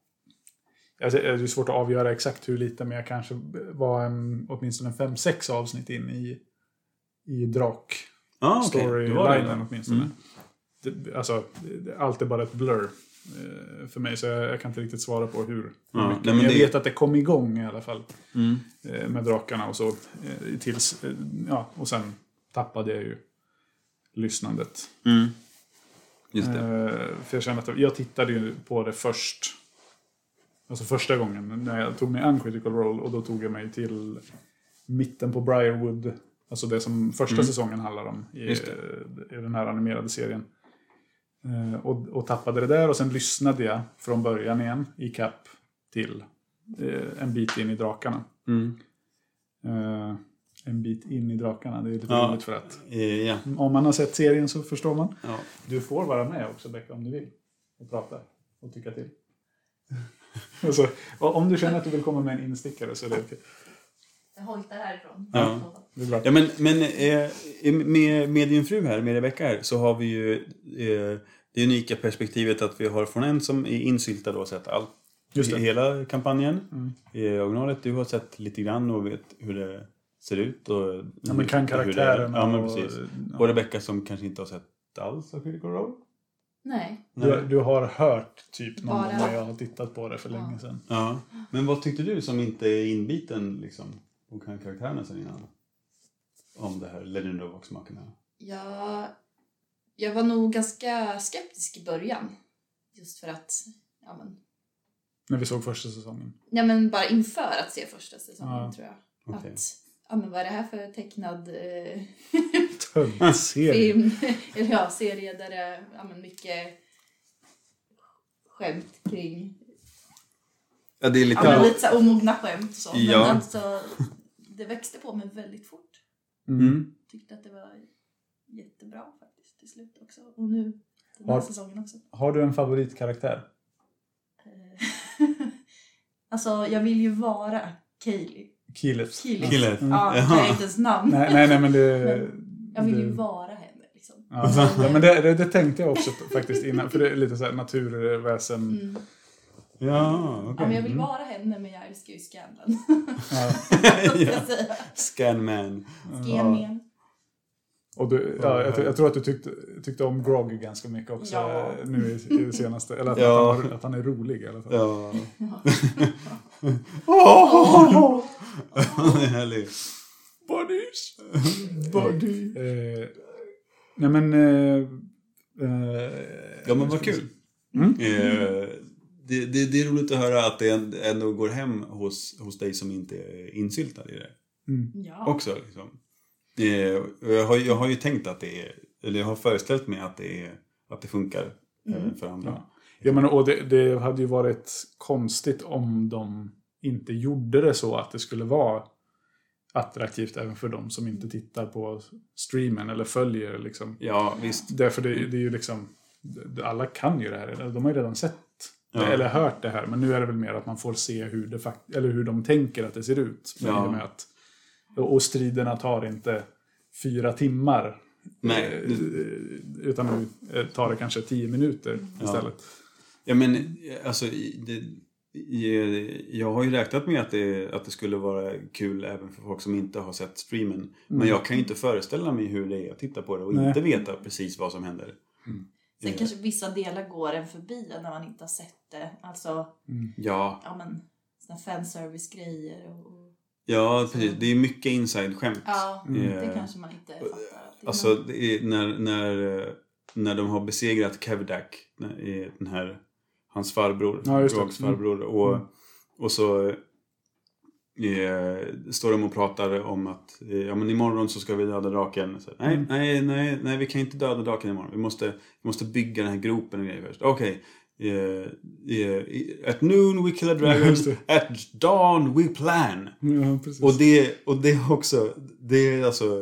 Det är svårt att avgöra exakt hur lite, men jag kanske var en, åtminstone en fem sex avsnitt in i, i drak ah, okay. storylinen åtminstone. Mm. Det, alltså, allt är bara ett blur eh, för mig, så jag, jag kan inte riktigt svara på hur, hur ah, mycket. nej, men jag det... vet att det kom igång i alla fall mm. eh, med drakarna och så. Eh, tills, eh, ja, och sen tappade jag ju lyssnandet. Mm. Just det. Eh, för jag kände att jag tittade ju på det först. Alltså första gången när jag tog mig an Critical Role, och då tog jag mig till mitten på Briarwood. Alltså det som första mm. säsongen handlar om i, i den här animerade serien. Eh, och, och tappade det där, och sen lyssnade jag från början igen i kapp till eh, en bit in i drakarna. Mm. Eh, en bit in i drakarna, det är lite ja. roligt för att ja. om man har sett serien så förstår man. Ja. Du får vara med också, Becka, om du vill. Och prata och tycka till. Alltså, om du känner att du vill komma med en instickare så är det okej. Jag hojtar härifrån. Ja, det är bra. Ja, men, men eh, med, med din fru här, med Rebecca här, så har vi ju eh, det unika perspektivet att vi har från en som är insyltad och sett allt. Just det. Hela kampanjen. Mm. I originalet, du har sett lite grann och vet hur det ser ut. Och ja, men kan karaktären. Ja, men precis. Och, ja. Och Rebecca som kanske inte har sett alls av Critical Role. Nej. Du, du har hört typ någon Bara. gång när jag har tittat på det för ja. länge sedan. Ja. Men vad tyckte du som inte är inbiten liksom, och kan karaktärerna sen innan? Om det här Legend of Vox Machina? Ja, jag var nog ganska skeptisk i början. Just för att, ja men... När vi såg första säsongen? Ja, men bara inför att se första säsongen ja. tror jag. Okay. Att, ja men vad är det här för tecknad... Eh... serie. Film, eller ja, serie där det är ja, men mycket skämt kring ja, det är lite, ja, men lite så här omogna skämt och så. Ja. Men alltså det växte på mig väldigt fort. Mm. Tyckte att det var jättebra faktiskt till slut också. Och nu den här har, säsongen också. Har du en favoritkaraktär? Alltså jag vill ju vara Kaylee. Keyleth. Keyleth. Mm. Ja, jag kan inte ens namn. Nej, nej, nej men det... Men jag vill ju det... vara henne liksom. Ja, ja men det, det, det tänkte jag också faktiskt innan. För det är lite så här naturväsen. Mm. Ja, okej. Okay. Ja, men jag vill vara henne, men jag älskar ju Scanlan. Ja. ja. Scanman. Scanman. Och du, ja, jag, jag tror att du tyckte, tyckte om Grog ganska mycket också ja. nu i, i det senaste. Eller att, ja. att, han, att han är rolig i alla fall. Ja. Åh! Han är härlig. Buddies! Buddy. Eh, nej men... Eh, eh, ja men vad kul. Mm? Eh, det, det, det är roligt att höra att det ändå går hem hos, hos dig som inte är insyltad i det. Mm. Ja. Också liksom. Jag har, jag har ju tänkt att det är, eller jag har föreställt mig att det är, att det funkar mm. för andra. Ja, ja men och det, det hade ju varit konstigt om de inte gjorde det så att det skulle vara attraktivt även för de som inte tittar på streamen eller följer liksom. Ja, visst. Därför det, det är ju liksom, alla kan ju det här, de har ju redan sett ja. eller hört det här, men nu är det väl mer att man får se hur det fakt- eller hur de tänker att det ser ut ja. med att och striderna tar inte fyra timmar. Nej. Utan nu tar det kanske tio minuter istället. Ja, ja men alltså det, jag har ju räknat med att det, att det skulle vara kul även för folk som inte har sett streamen. Mm. Men jag kan ju inte föreställa mig hur det är att titta på det och Nej. inte veta precis vad som händer. Mm. Sen kanske vissa delar går en förbi när man inte har sett det. Alltså, mm. ja. ja men, såna fanservice-grejer och ja, precis. Det är mycket inside-skämt. Ja, mm. det kanske man inte fattar. Alltså, det är när, när, när de har besegrat Kevdak, den här, hans farbror, ja, Grogs farbror, och, mm. och så eh, står de och pratar om att eh, ja, men imorgon så ska vi döda draken. Så, nej, mm. nej, nej, nej, vi kan inte döda draken imorgon. Vi måste, vi måste bygga den här gropen och grejer först. Okej. Okay. Yeah, yeah. At noon we kill a dragon, at dawn we plan. Ja, precis. Och det och det också det är alltså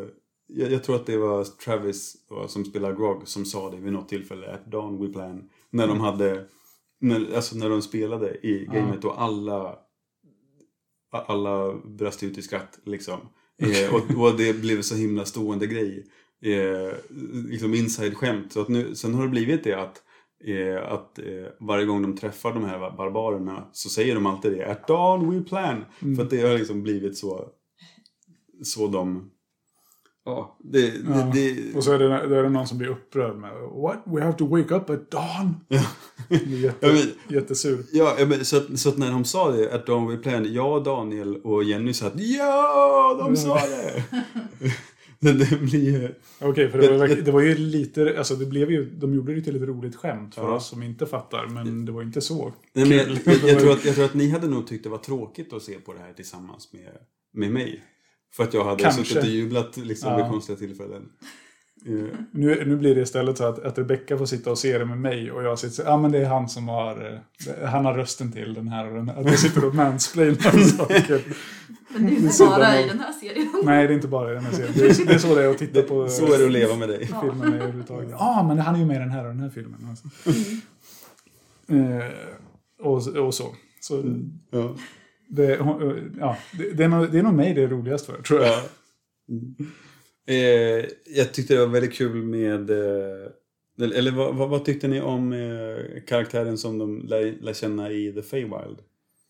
jag, jag tror att det var Travis som spelar Grog som sa det vid något tillfälle. At dawn we plan. När de hade... När, alltså när de spelade i gamet och alla... Alla brast ut i skratt liksom. Eh, och, och det blev så himla stående grej. Eh, liksom inside-skämt. Så att nu, sen har det blivit det att, eh, att eh, varje gång de träffar de här barbarerna så säger de alltid det. At dawn we plan. Mm. För att det har liksom blivit så så de... Ja, det, ja. Det, det, och så är det, då är det någon som blir upprörd med What? We have to wake up at dawn. Ja. Det är jätte, ja, men, jättesur. Ja, men, så, att, så att när de sa det At dawn we plan, jag, Daniel och Jenny sa att ja, de sa det. det, det blir... Okej, okay, för det var, det var ju lite... Alltså det blev ju, de gjorde det till ett roligt skämt för ja. oss som inte fattar. Men det var inte så Nej, men jag, jag, jag, tror att, jag tror att ni hade nog tyckt det var tråkigt att se på det här tillsammans med, med mig. För att jag hade Kanske. suttit och jublat liksom, ja. vid konstiga tillfällen. Uh. Nu, nu blir det istället så att, att Rebecca får sitta och se det med mig. Och jag sitter så, ja men det är han som har... Han har rösten till den här och den här. Att jag sitter och mansplainar saker. Men det är inte bara i den här serien. Nej, det är inte bara i den här serien. Det är, det är så det är att titta på... Så är det att leva med dig. Filmen är överhuvudtaget. Ja, men han är ju med i den här och den här filmen. Alltså. Mm. Eh, och, och så. så mm. Ja. Det, ja, det, det, är nog, det är nog mig det är roligast för, tror jag. Ja. Mm. Eh, jag tyckte det var väldigt kul med... Eh, eller vad, vad, vad tyckte ni om eh, karaktären som de lär, lär känna i The Feywild?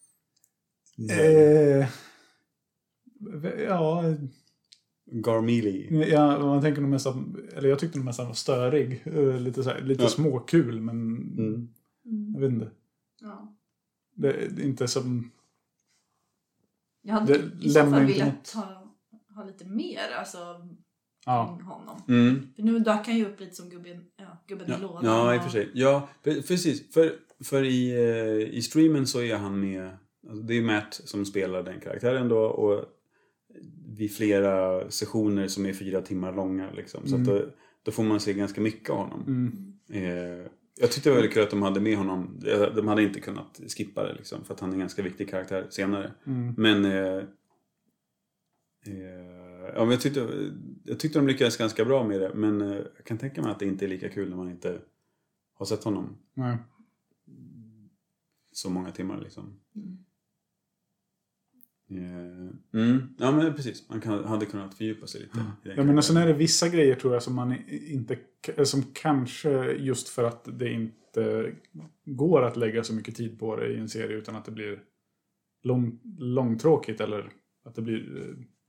Eh, ja... Garmili. Ja, man tänker nog mest att, eller jag tyckte nog mest att han var störig. Lite, så här, lite ja. småkul, men... Mm. Jag vet inte. Ja. Det, det är inte som... Jag hade det i så fall velat ha, ha lite mer alltså, ja. honom. Mm. För nu dök han ju upp lite som gubben, ja, gubben ja. i lådan. Ja, i och för sig. Ja, precis. För, för i, i streamen så är han med... Alltså det är Matt som spelar den karaktären då. Och vid flera sessioner som är fyra timmar långa. Liksom. Så mm. att då, då får man se ganska mycket av honom. Mm. Eh, jag tyckte det var väldigt kul att de hade med honom. De hade inte kunnat skippa det liksom, för att han är en ganska viktig karaktär senare. Mm. Men eh, eh, ja, men jag, tyckte, jag tyckte de lyckades ganska bra med det. Men eh, jag kan tänka mig att det inte är lika kul när man inte har sett honom. Nej. Så många timmar liksom. Mm. Eh, mm. Ja, men precis. Man kan, hade kunnat fördjupa sig lite. Ja, ja men sen är det vissa grejer tror jag som man inte... Som kanske just för att det inte går att lägga så mycket tid på det i en serie utan att det blir lång, långtråkigt eller att det blir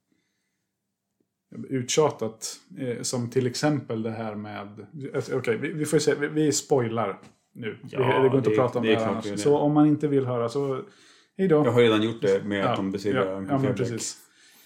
eh, uttjatat. Eh, som till exempel det här med... Okej, okay, vi, vi får se. Vi, vi spoilar nu. Ja, det, det går inte det, att prata om det, det här annars. Så om man inte vill höra så... Hejdå. Jag har redan gjort det med ja, att de besegrar ja, Uncle ja, men Fredrik. precis.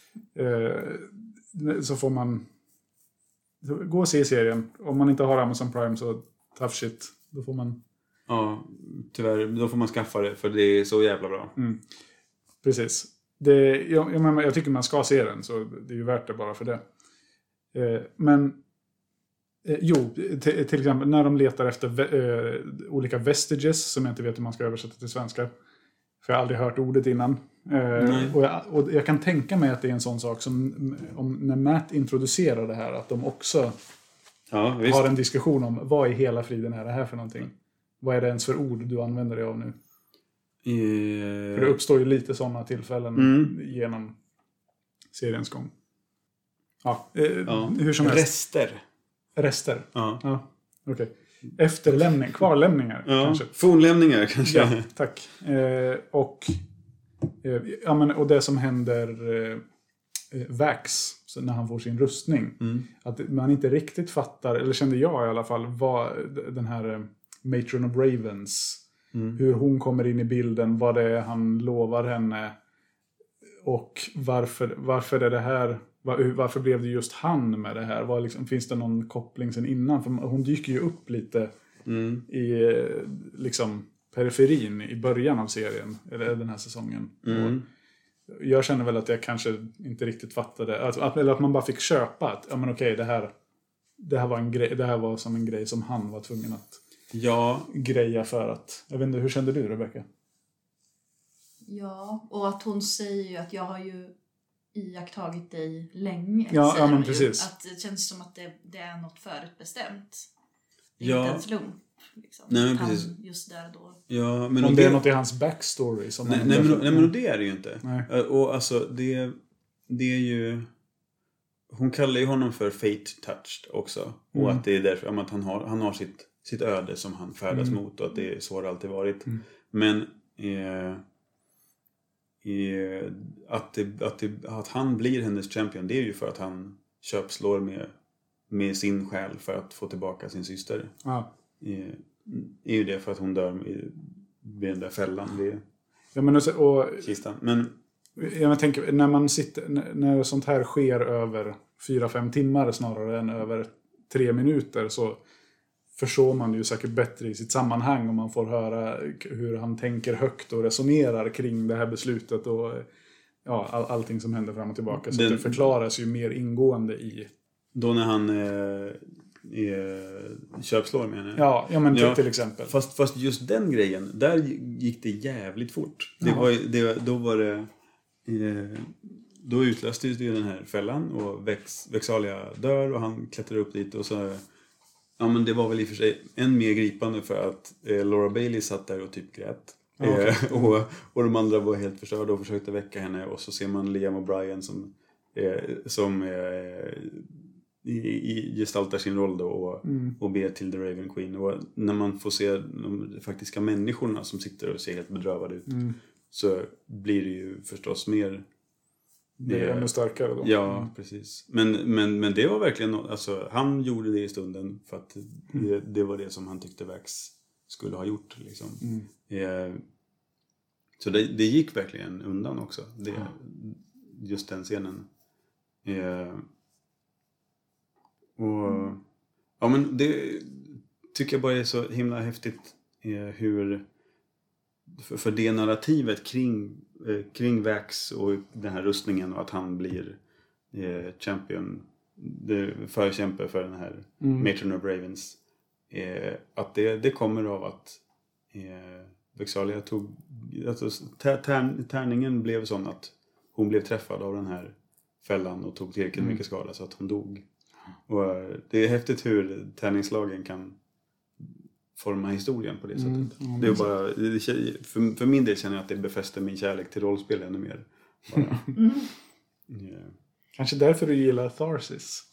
Eh, så får man så gå och se serien. Om man inte har Amazon Prime så tough shit. Då får man... Ja, tyvärr. Då får man skaffa det för det är så jävla bra. Mm. Precis. Det, jag, jag, jag tycker man ska se den så det är ju värt det bara för det. Eh, men eh, jo, t- till exempel när de letar efter ve- eh, olika vestiges som jag inte vet hur man ska översätta till svenska. För jag har aldrig hört ordet innan. Eh, och, jag, och jag kan tänka mig att det är en sån sak som om, när Matt introducerar det här att de också ja, visst. har en diskussion om vad i hela friden är det här för någonting. Vad är det ens för ord du använder dig av nu? Eh... För det uppstår ju lite sådana tillfällen mm. genom seriens gång. Ja, eh, ja. hur som helst. Rester. Rester? Ja. Ja, okej. Okay. Efterlämning, kvarlämningar ja. kanske. Fornlämningar kanske. Ja, tack. Eh, och, eh, ja, men, och det som händer eh, Vax så när han får sin rustning. Mm. Att man inte riktigt fattar, eller kände jag i alla fall, vad den här eh, Matron of Ravens, mm. hur hon kommer in i bilden, vad det är han lovar henne och varför, varför är det här... Varför blev det just han med det här? Var liksom, finns det någon koppling sen innan? För hon dyker ju upp lite mm. i liksom, periferin i början av serien. Eller den här säsongen. Mm. Jag känner väl att jag kanske inte riktigt fattade. Att, att, eller att man bara fick köpa att ja, men okej, det här, det, här var en grej, det här var som en grej som han var tvungen att ja. greja för att... Jag vet inte, hur kände du, Rebecca? Ja, och att hon säger ju att jag har ju iakttagit dig länge. Ja, ja men ju. precis. Att det känns som att det, det är något förutbestämt. Det är Ja. inte en slump. Liksom. Nej, men han, precis. Just där och då. Ja, men Om det är något i hans backstory. Som Nej, han nej, men, därför- nej, men det är det ju inte. Nej. Och alltså, det, det är ju... Hon kallar ju honom för fate-touched också. Och Mm. att det är därför att han har, han har sitt, sitt öde som han färdas Mm. mot. Och att det är så det alltid varit. Mm. Men eh, eh, att, det, att, det, att han blir hennes champion, det är ju för att han köpslår med, med sin själ för att få tillbaka sin syster. Ja. Eh, är ju det för att hon dör vid, vid den där fällan vid Ja, men och, och kistan. Men jag tänker, när man sitter, när- när sånt här sker över fyra fem timmar snarare än över tre minuter, så förstår man ju säkert bättre i sitt sammanhang om man får höra hur han tänker högt och resonerar kring det här beslutet och ja, all, allting som händer fram och tillbaka. Så Den- det förklaras ju mer ingående i... då när han eh, är, köpslår med henne. Ja, ja men till, Ja. till exempel. Fast, fast just den grejen, där gick det jävligt fort. Det Ja. var, ju- det, då var det... Eh, då utlöstes det ju den här fällan och Vex, Vexalia dör och han klättrar upp dit och så... Ja, men det var väl i och för sig än mer gripande för att eh, Laura Bailey satt där och typ grät. Ja, okej. Eh, och, och de andra var helt förstörda och försökte väcka henne. Och så ser man Liam O'Brien som, eh, som eh, i, i, gestaltar sin roll då och, Mm. och ber till The Raven Queen. Och när man får se de faktiska människorna som sitter och ser helt bedrövade ut, Mm. så blir det ju förstås mer... Det är eh, ännu starkare då. Ja, precis. Men, men, men det var verkligen något, alltså, han gjorde det i stunden för att det, det var det som han tyckte Vax skulle ha gjort. Liksom. Mm. Eh, så det, det gick verkligen undan också. Det, just den scenen. Eh, och ja, men det tycker jag bara är så himla häftigt eh, hur för, för det narrativet kring eh, kring Vax och den här rustningen och att han blir eh, champion, det, förkämpe för den här Mm. Matron of Ravens, eh, att det, det kommer av att eh, Vexalia tog, alltså, tär, tär, tärningen blev sån att hon blev träffad av den här fällan och tog tillräckligt Mm. mycket skada så att hon dog. Och eh, det är häftigt hur tärningslagen kan forma historien på det sättet. Mm. Ja, Det är bara, det, för, för min del känner jag att det befäster min kärlek till rollspel ännu mer. Bara. Mm. Ja. Kanske därför du gillar Tharsis.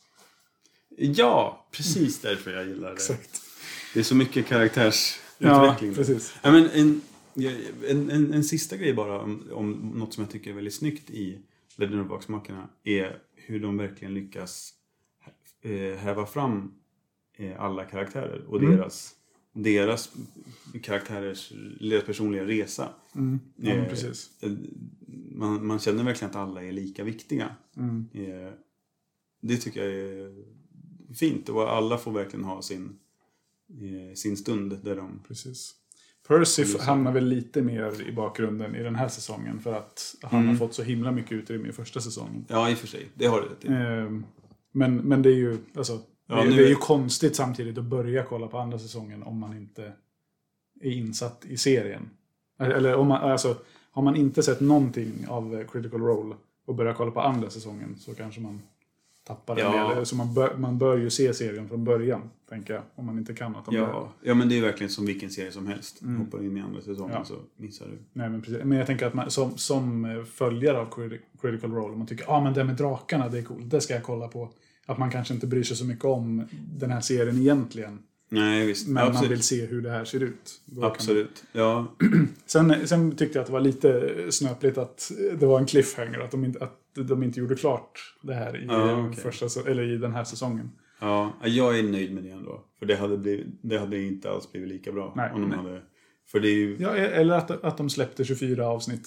Ja, precis därför jag gillar det. Exakt. Det är så mycket Ja, karaktärsutveckling. precis. Ja, men en, en, en, en sista grej bara om, om något som jag tycker är väldigt snyggt i Legend of Vox-makarna är hur de verkligen lyckas eh, häva fram eh, alla karaktärer och Mm. deras, deras karaktärers deras personliga resa. Mm. Ja, men Eh, precis. Man, man känner verkligen att alla är lika viktiga. Mm. Eh, det tycker jag är fint och alla får verkligen ha sin, eh, sin stund där de... Precis. Percy Precis. hamnar väl lite mer i bakgrunden i den här säsongen för att han Mm. har fått så himla mycket utrymme i första säsongen. Ja, i och för sig. Det har du rätt i. Ehm, Men, men det är ju alltså, Ja, det, nu det är är- ju konstigt samtidigt att börja kolla på andra säsongen om man inte är insatt i serien. Eller om man, alltså, har man inte sett någonting av Critical Role och börjar kolla på andra säsongen så kanske man tappar en Ja. del. Så man bör, man bör ju se serien från början, tänker jag, om man inte kan något om det här. Ja, ja, men det är verkligen som vilken serie som helst. Mm. Hoppar in i andra säsongen Ja. så missar du. Nej, men, precis. Men jag tänker att man, som, som följare av Criti- Critical Role, man tycker att ah, men det med drakarna, det är coolt, det ska jag kolla på. Att man kanske inte bryr sig så mycket om den här serien egentligen. Nej, visst. Men Absolut. man vill se hur det här ser ut. Då kan Absolut. Ja, Man... Sen, sen tyckte jag att det var lite snöpligt att det var en cliffhanger. Att de inte, att de inte gjorde klart det här i, Ja, okej. första, sä- eller i den här säsongen. ja, jag är nöjd med det ändå. För det hade, blivit, det hade inte alls blivit lika bra. Nej, om de nej. hade, för det är ju... Ja, eller att, att de släppte tjugofyra avsnitt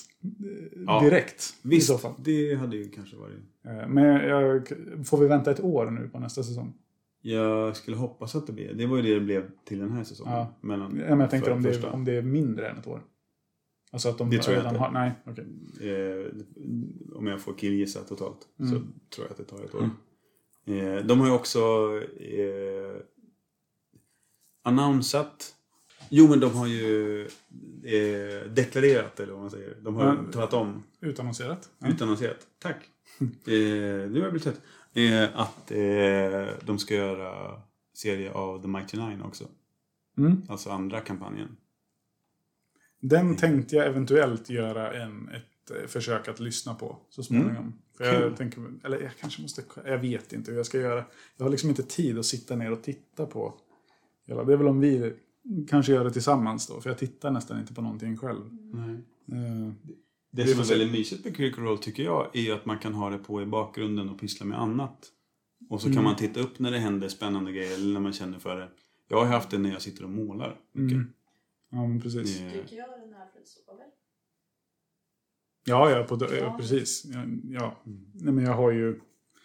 Ja, direkt. I Visst, så fall. det hade ju kanske varit... Eh, Men jag, får vi vänta ett år nu på nästa säsong? Jag skulle hoppas att det blev... Det var ju det det blev till den här säsongen. Ja. Mellan, Ja, men jag tänkte för om det, första. om det är mindre än ett år. Alltså att de Det tror jag redan inte. har... Nej, okej. Eh, om jag får killgissa totalt Mm. så tror jag att det tar ett år. Eh, de har ju också eh, annonsat Jo, men de har ju eh, deklarerat, eller vad man säger. De har Ja. talat om. Utannonserat. Ja. Utannonserat. Tack. eh, nu har jag blivit rätt. Eh, att eh, de ska göra serie av The Mighty Nine också. Mm. Alltså andra kampanjen. Den tänkte jag eventuellt göra en, ett eh, försök att lyssna på så småningom. Mm. För jag Kul. tänker, eller jag kanske måste, jag vet inte hur jag ska göra. Jag har liksom inte tid att sitta ner och titta på. Det är väl om vi kanske gör det tillsammans då. För jag tittar nästan inte på någonting själv. Nej. Eh, Det Vi som får är se. väldigt mysigt med Critical Role tycker jag är att man kan ha det på i bakgrunden och pyssla med annat. Och så Mm. kan man titta upp när det händer spännande grejer eller när man känner för det. Jag har haft det när jag sitter och målar mycket. Mm. Ja, men precis. Eh, Du kan göra den här för ett sover. Ja, ja, på, ja. Ja. precis. Ja, ja. Mm. Nej, men jag har ju...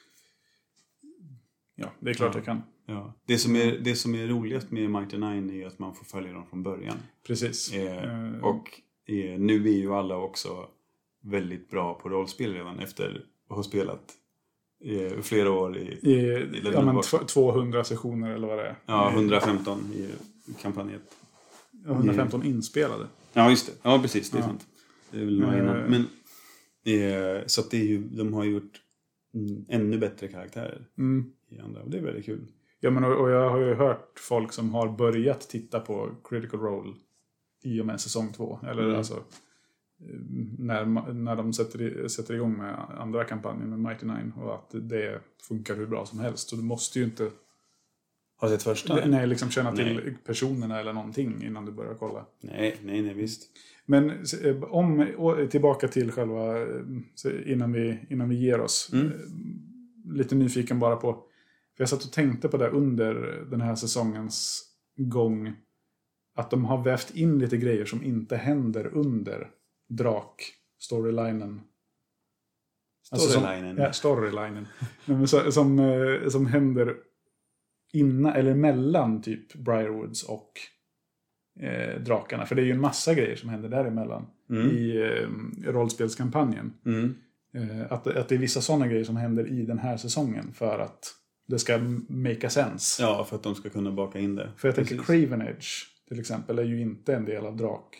Ja, det är klart Ja. jag kan. Ja. Det, som är, det som är roligast med Mighty Nine är ju att man får följa dem från början. Precis. Eh, Eh, och eh, nu är ju alla också väldigt bra på rollspel redan efter att ha spelat eh, flera år i, I, ja, men bort. tv- tvåhundra sessioner eller vad det är. ja, hundrafemton i kampanjen. Ja, hundrafemton inspelade. Ja, just det. Ja, precis. Det är Ja. sant. Det är väl några Eh. innan. Men, eh, så att det är ju, de har gjort mm, ännu bättre karaktärer Mm. i andra. Och det är väldigt kul. Ja, men och, och jag har ju hört folk som har börjat titta på Critical Role i och med säsong två. Eller Mm. alltså eh, när, ma- när de sätter, i, sätter igång med andra kampanjen med Mighty Nine. Och att det funkar hur bra som helst. Så du måste ju inte Har du sett första? nej, liksom känna till Nej. personerna eller någonting innan du börjar kolla. Nej, nej, nej, visst. Men eh, om, och tillbaka till själva, eh, så innan vi, innan vi ger oss. Mm. Eh, Lite nyfiken bara på, för jag satt och tänkte på det under den här säsongens gång. Att de har vävt in lite grejer som inte händer under drak-storylinen. Storylinen. Som, ja, storylinen. Men som, som, eh, som händer innan, eller mellan typ Briarwoods och eh, drakarna. För det är ju en massa grejer som händer däremellan Mm. i eh, rollspelskampanjen. Mm. Eh, att, att det är vissa sådana grejer som händer i den här säsongen för att det ska make a sense. Ja, för att de ska kunna baka in det. För jag tänker Precis. Craven Edge till exempel är ju inte en del av drak.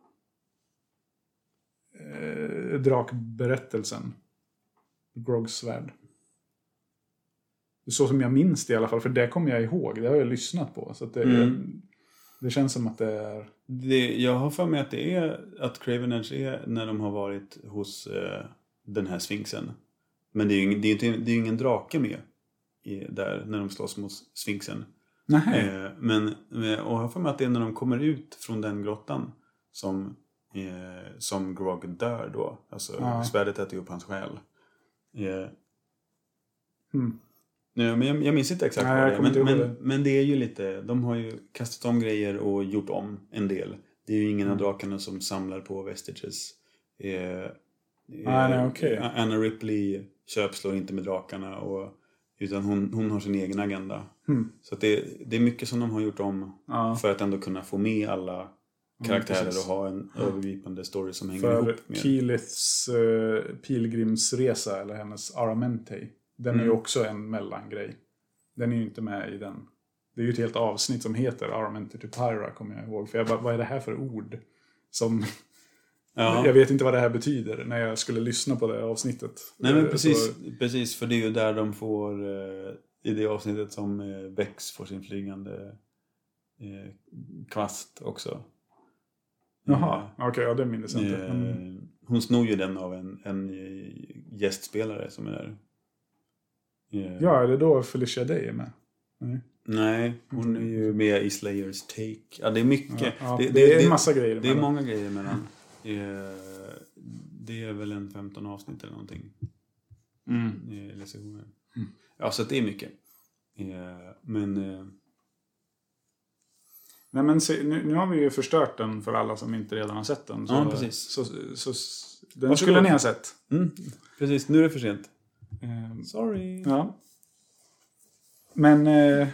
Eh, drakberättelsen. Grogs svärd. Så som jag minns det i alla fall, för det kommer jag ihåg. Det har jag lyssnat på. Så att det, Mm. det känns som att det är... Det, jag har för mig att det är att Craven Edge är när de har varit hos eh, den här sfinxen. Men det är ju ingen, det är inte, det är ju ingen drake med i, där när de slåss mot sfinxen. Nej. Eh, men och jag har för mig att det är när de kommer ut från den grottan som, eh, som Grog dör då. Alltså Ja. svärdet äter upp hans själ. Eh, Mm. Nej, men jag, jag minns inte exakt Nej, vad jag det är. kommer Men, inte ihåg men, det. men det är ju lite... De har ju kastat om grejer och gjort om en del. Det är ju ingen av drakarna som samlar på vestiges. Eh, eh, nej, okej. Anna Ripley köpslår inte med drakarna. Och, utan hon, hon har sin egen agenda. Mm. Så att det, det är mycket som de har gjort om. Ja. För att ändå kunna få med alla karaktärer precis. och ha en övergripande story som hänger För ihop med. Keyleths uh, pilgrimsresa, eller hennes Aramente, den är ju Mm. också en mellangrej. Den är ju inte med i den. Det är ju ett helt avsnitt som heter Aramente to Pyra, kommer jag ihåg. För jag bara, vad är det här för ord? Som... Ja. Jag vet inte vad det här betyder när jag skulle lyssna på det avsnittet. Nej, men Eh, precis, så- precis, för det är ju där de får eh, i det avsnittet som eh, Bex får sin flygande eh, kvast också. Jaha, okej, ja, det minns jag inte. Eh, Men, hon snor ju den av en, en eh, gästspelare som är där. Eh, ja, är det då Felicia Day är med? Nej. Nej, hon är ju med i Slayers Take. Ja, det är mycket. Ja, ja, det, det är en massa grejer Det är emellan. många grejer mellan. Eh, det är väl en femton avsnitt eller någonting. Mm. Eh, eller sessioner. Ja, så att det är mycket. Eh, men... Eh, Nej, men se, nu, nu har vi ju förstört den för alla som inte redan har sett den. Så, Ja, precis. Så, så, så, den Varsågod. skulle ni ha sett. mm, precis, nu är det för sent. Eh, Sorry. ja. Men eh,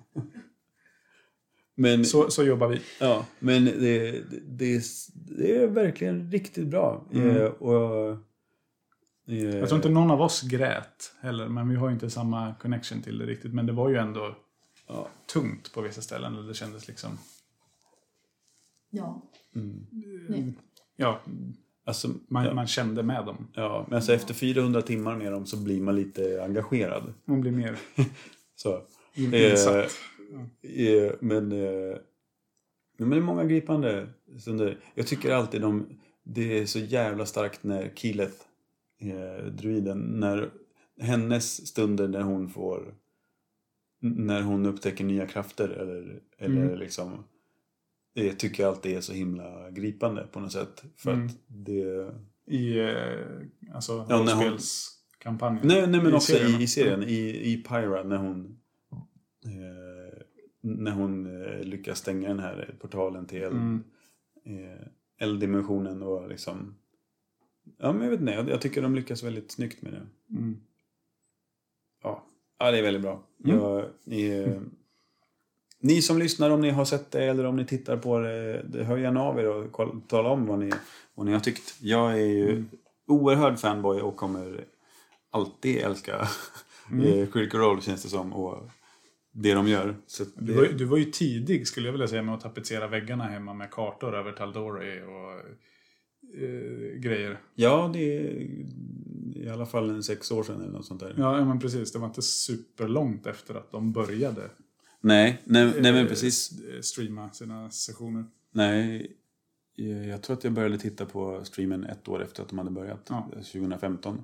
Men, så, så jobbar vi. ja, men det, det, är, det är verkligen riktigt bra. Mm. Eh, och, eh, Jag tror inte någon av oss grät heller. Men vi har ju inte samma connection till det riktigt. Men det var ju ändå Ja. tungt på vissa ställen. Och det kändes liksom... Ja. Mm. Nej. Ja, Alltså, man, ja. man kände med dem. Ja, men alltså efter fyrahundra timmar med dem så blir man lite engagerad. Man blir mer Så. insatt. Eh, eh, men, eh, men det är många gripande stunder. Jag tycker alltid de, det är så jävla starkt när Keyleth, eh, druiden, när hennes stunder när hon får, när hon upptäcker nya krafter eller, eller Mm. liksom, det tycker jag alltid är så himla gripande på något sätt. För Mm. att det... I eh, alltså, Ja, när hon- rollspelskampanjen. Nej, nej men I också serien. i, i serien, i, i Pyra när hon eh, när hon eh, lyckas stänga den här portalen till eld, Mm. eh, elddimensionen och liksom, ja men jag vet inte, jag, jag tycker de lyckas väldigt snyggt med det. Mm. Ja, ja det är väldigt bra. Mm. Jag, eh, ni som lyssnar, om ni har sett det eller om ni tittar på det, det hör gärna av er och koll, tala om vad ni, vad ni har tyckt. Jag är ju Mm. oerhörd fanboy och kommer alltid älska mm. Critical Role, känns det som, och det de gör. Så det... du, var, du var ju tidig, skulle jag vilja säga, med att tapetsera väggarna hemma med kartor över Tal'Dorei och eh, grejer. Ja, det är i alla fall en sex år sedan eller något sånt där. Ja, ja, men precis. Det var inte superlångt efter att de började Nej, nej, nej men eh, precis. streama sina sessioner. Nej, jag tror att jag började titta på streamen ett år efter att de hade börjat, Ja. tjugohundrafemton.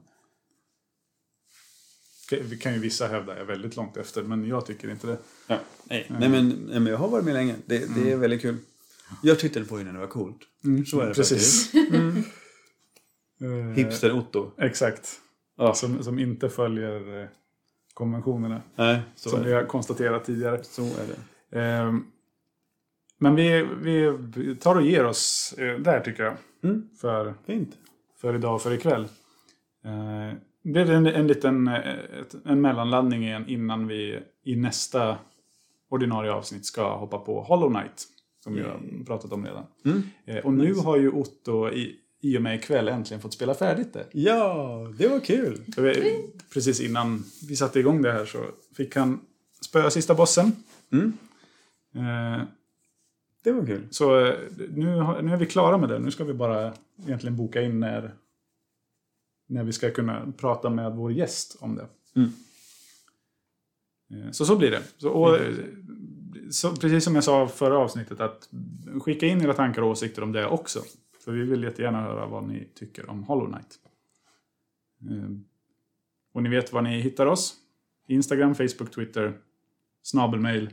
Vi kan ju vissa hävda är väldigt långt efter, men jag tycker inte det. Ja, nej. Nej, men, nej, men jag har varit med länge. Det, det är Mm. väldigt kul. Jag tittade på det när det var coolt. Mm, Så är det precis. faktiskt. Eh, Hipster Otto. Exakt. Ja. Som, som inte följer eh, konventionerna. Nej, så som är vi det. har konstaterat tidigare. Så är det. Eh, men vi, vi tar och ger oss eh, där, tycker jag. Mm. För, Fint. för idag och för ikväll. Eh, det blev en, en liten eh, ett, en mellanlandning igen innan vi i nästa ordinarie avsnitt ska hoppa på Hollow Knight. Som vi har pratat om redan. Mm. Eh, och nu har ju Otto i, i och med ikväll äntligen fått spela färdigt det. Ja, det var kul. Så vi, precis innan vi satte igång det här så fick han spöa sista bossen. Mm. Eh, Det var kul. så eh, nu, har, nu är vi klara med det. Nu ska vi bara egentligen boka in när, när vi ska kunna prata med vår gäst om det. Mm. Eh, så så blir det. Så, och, eh, så, precis som jag sa förra avsnittet, att skicka in era tankar och åsikter om det också. För vi vill jättegärna höra vad ni tycker om Hollow Knight. Eh, och ni vet var ni hittar oss. Instagram, Facebook, Twitter, snabelmail.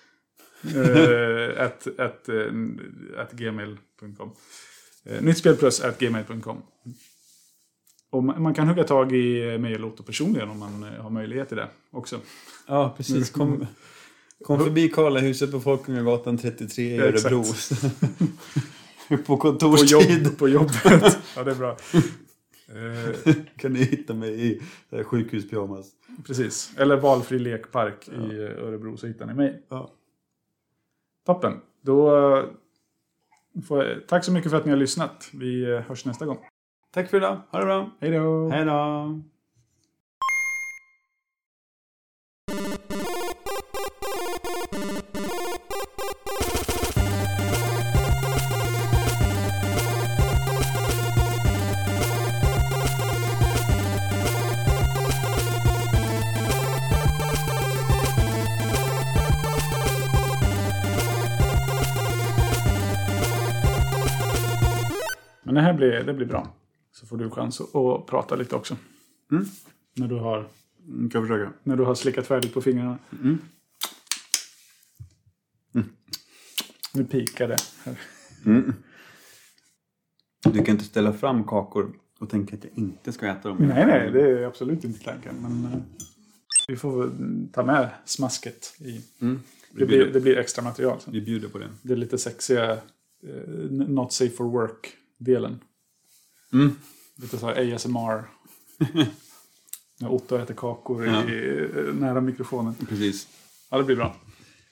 uh, at, at, uh, at gmail punkt com. uh, Nyttspelplus at gmail punkt com. Och man, man kan hugga tag i mig och Lotto personligen om man uh, har möjlighet till det också. Ja, precis. Kom, kom förbi Karlahuset på Folkungagatan trettiotre i Ja, exakt. Örebro. på På, kontorstid. jobb, på jobbet. Ja, det är bra. Uh, Kan ni hitta mig i eh, sjukhuspyjamas. precis. Eller valfri lekpark ja. i uh, Örebro, så hittar ni mig. Ja. Toppen. Då, uh, får jag, tack så mycket för att ni har lyssnat. Vi uh, hörs nästa gång. Tack för idag. Ha det bra. Hej då! Hej då. Men det här blir, det blir bra. Så får du chans att, att prata lite också. Mm. När du har, Mm, kan jag försöka. när du har slickat färdigt på fingrarna. Mm. Nu pikar det. Mm. Du kan inte ställa fram kakor och tänka att jag inte ska äta dem. Nej, nej, det är absolut inte tanken. Men uh, vi får ta med smasket i. Mm. Det blir, det blir extra material. Så. Vi bjuder på det. Det är lite sexiga uh, not safe for work-delen. Mm. Lite så här A S M R. När Otto äter kakor Ja. i, uh, nära mikrofonen. Precis. Ja, det blir bra.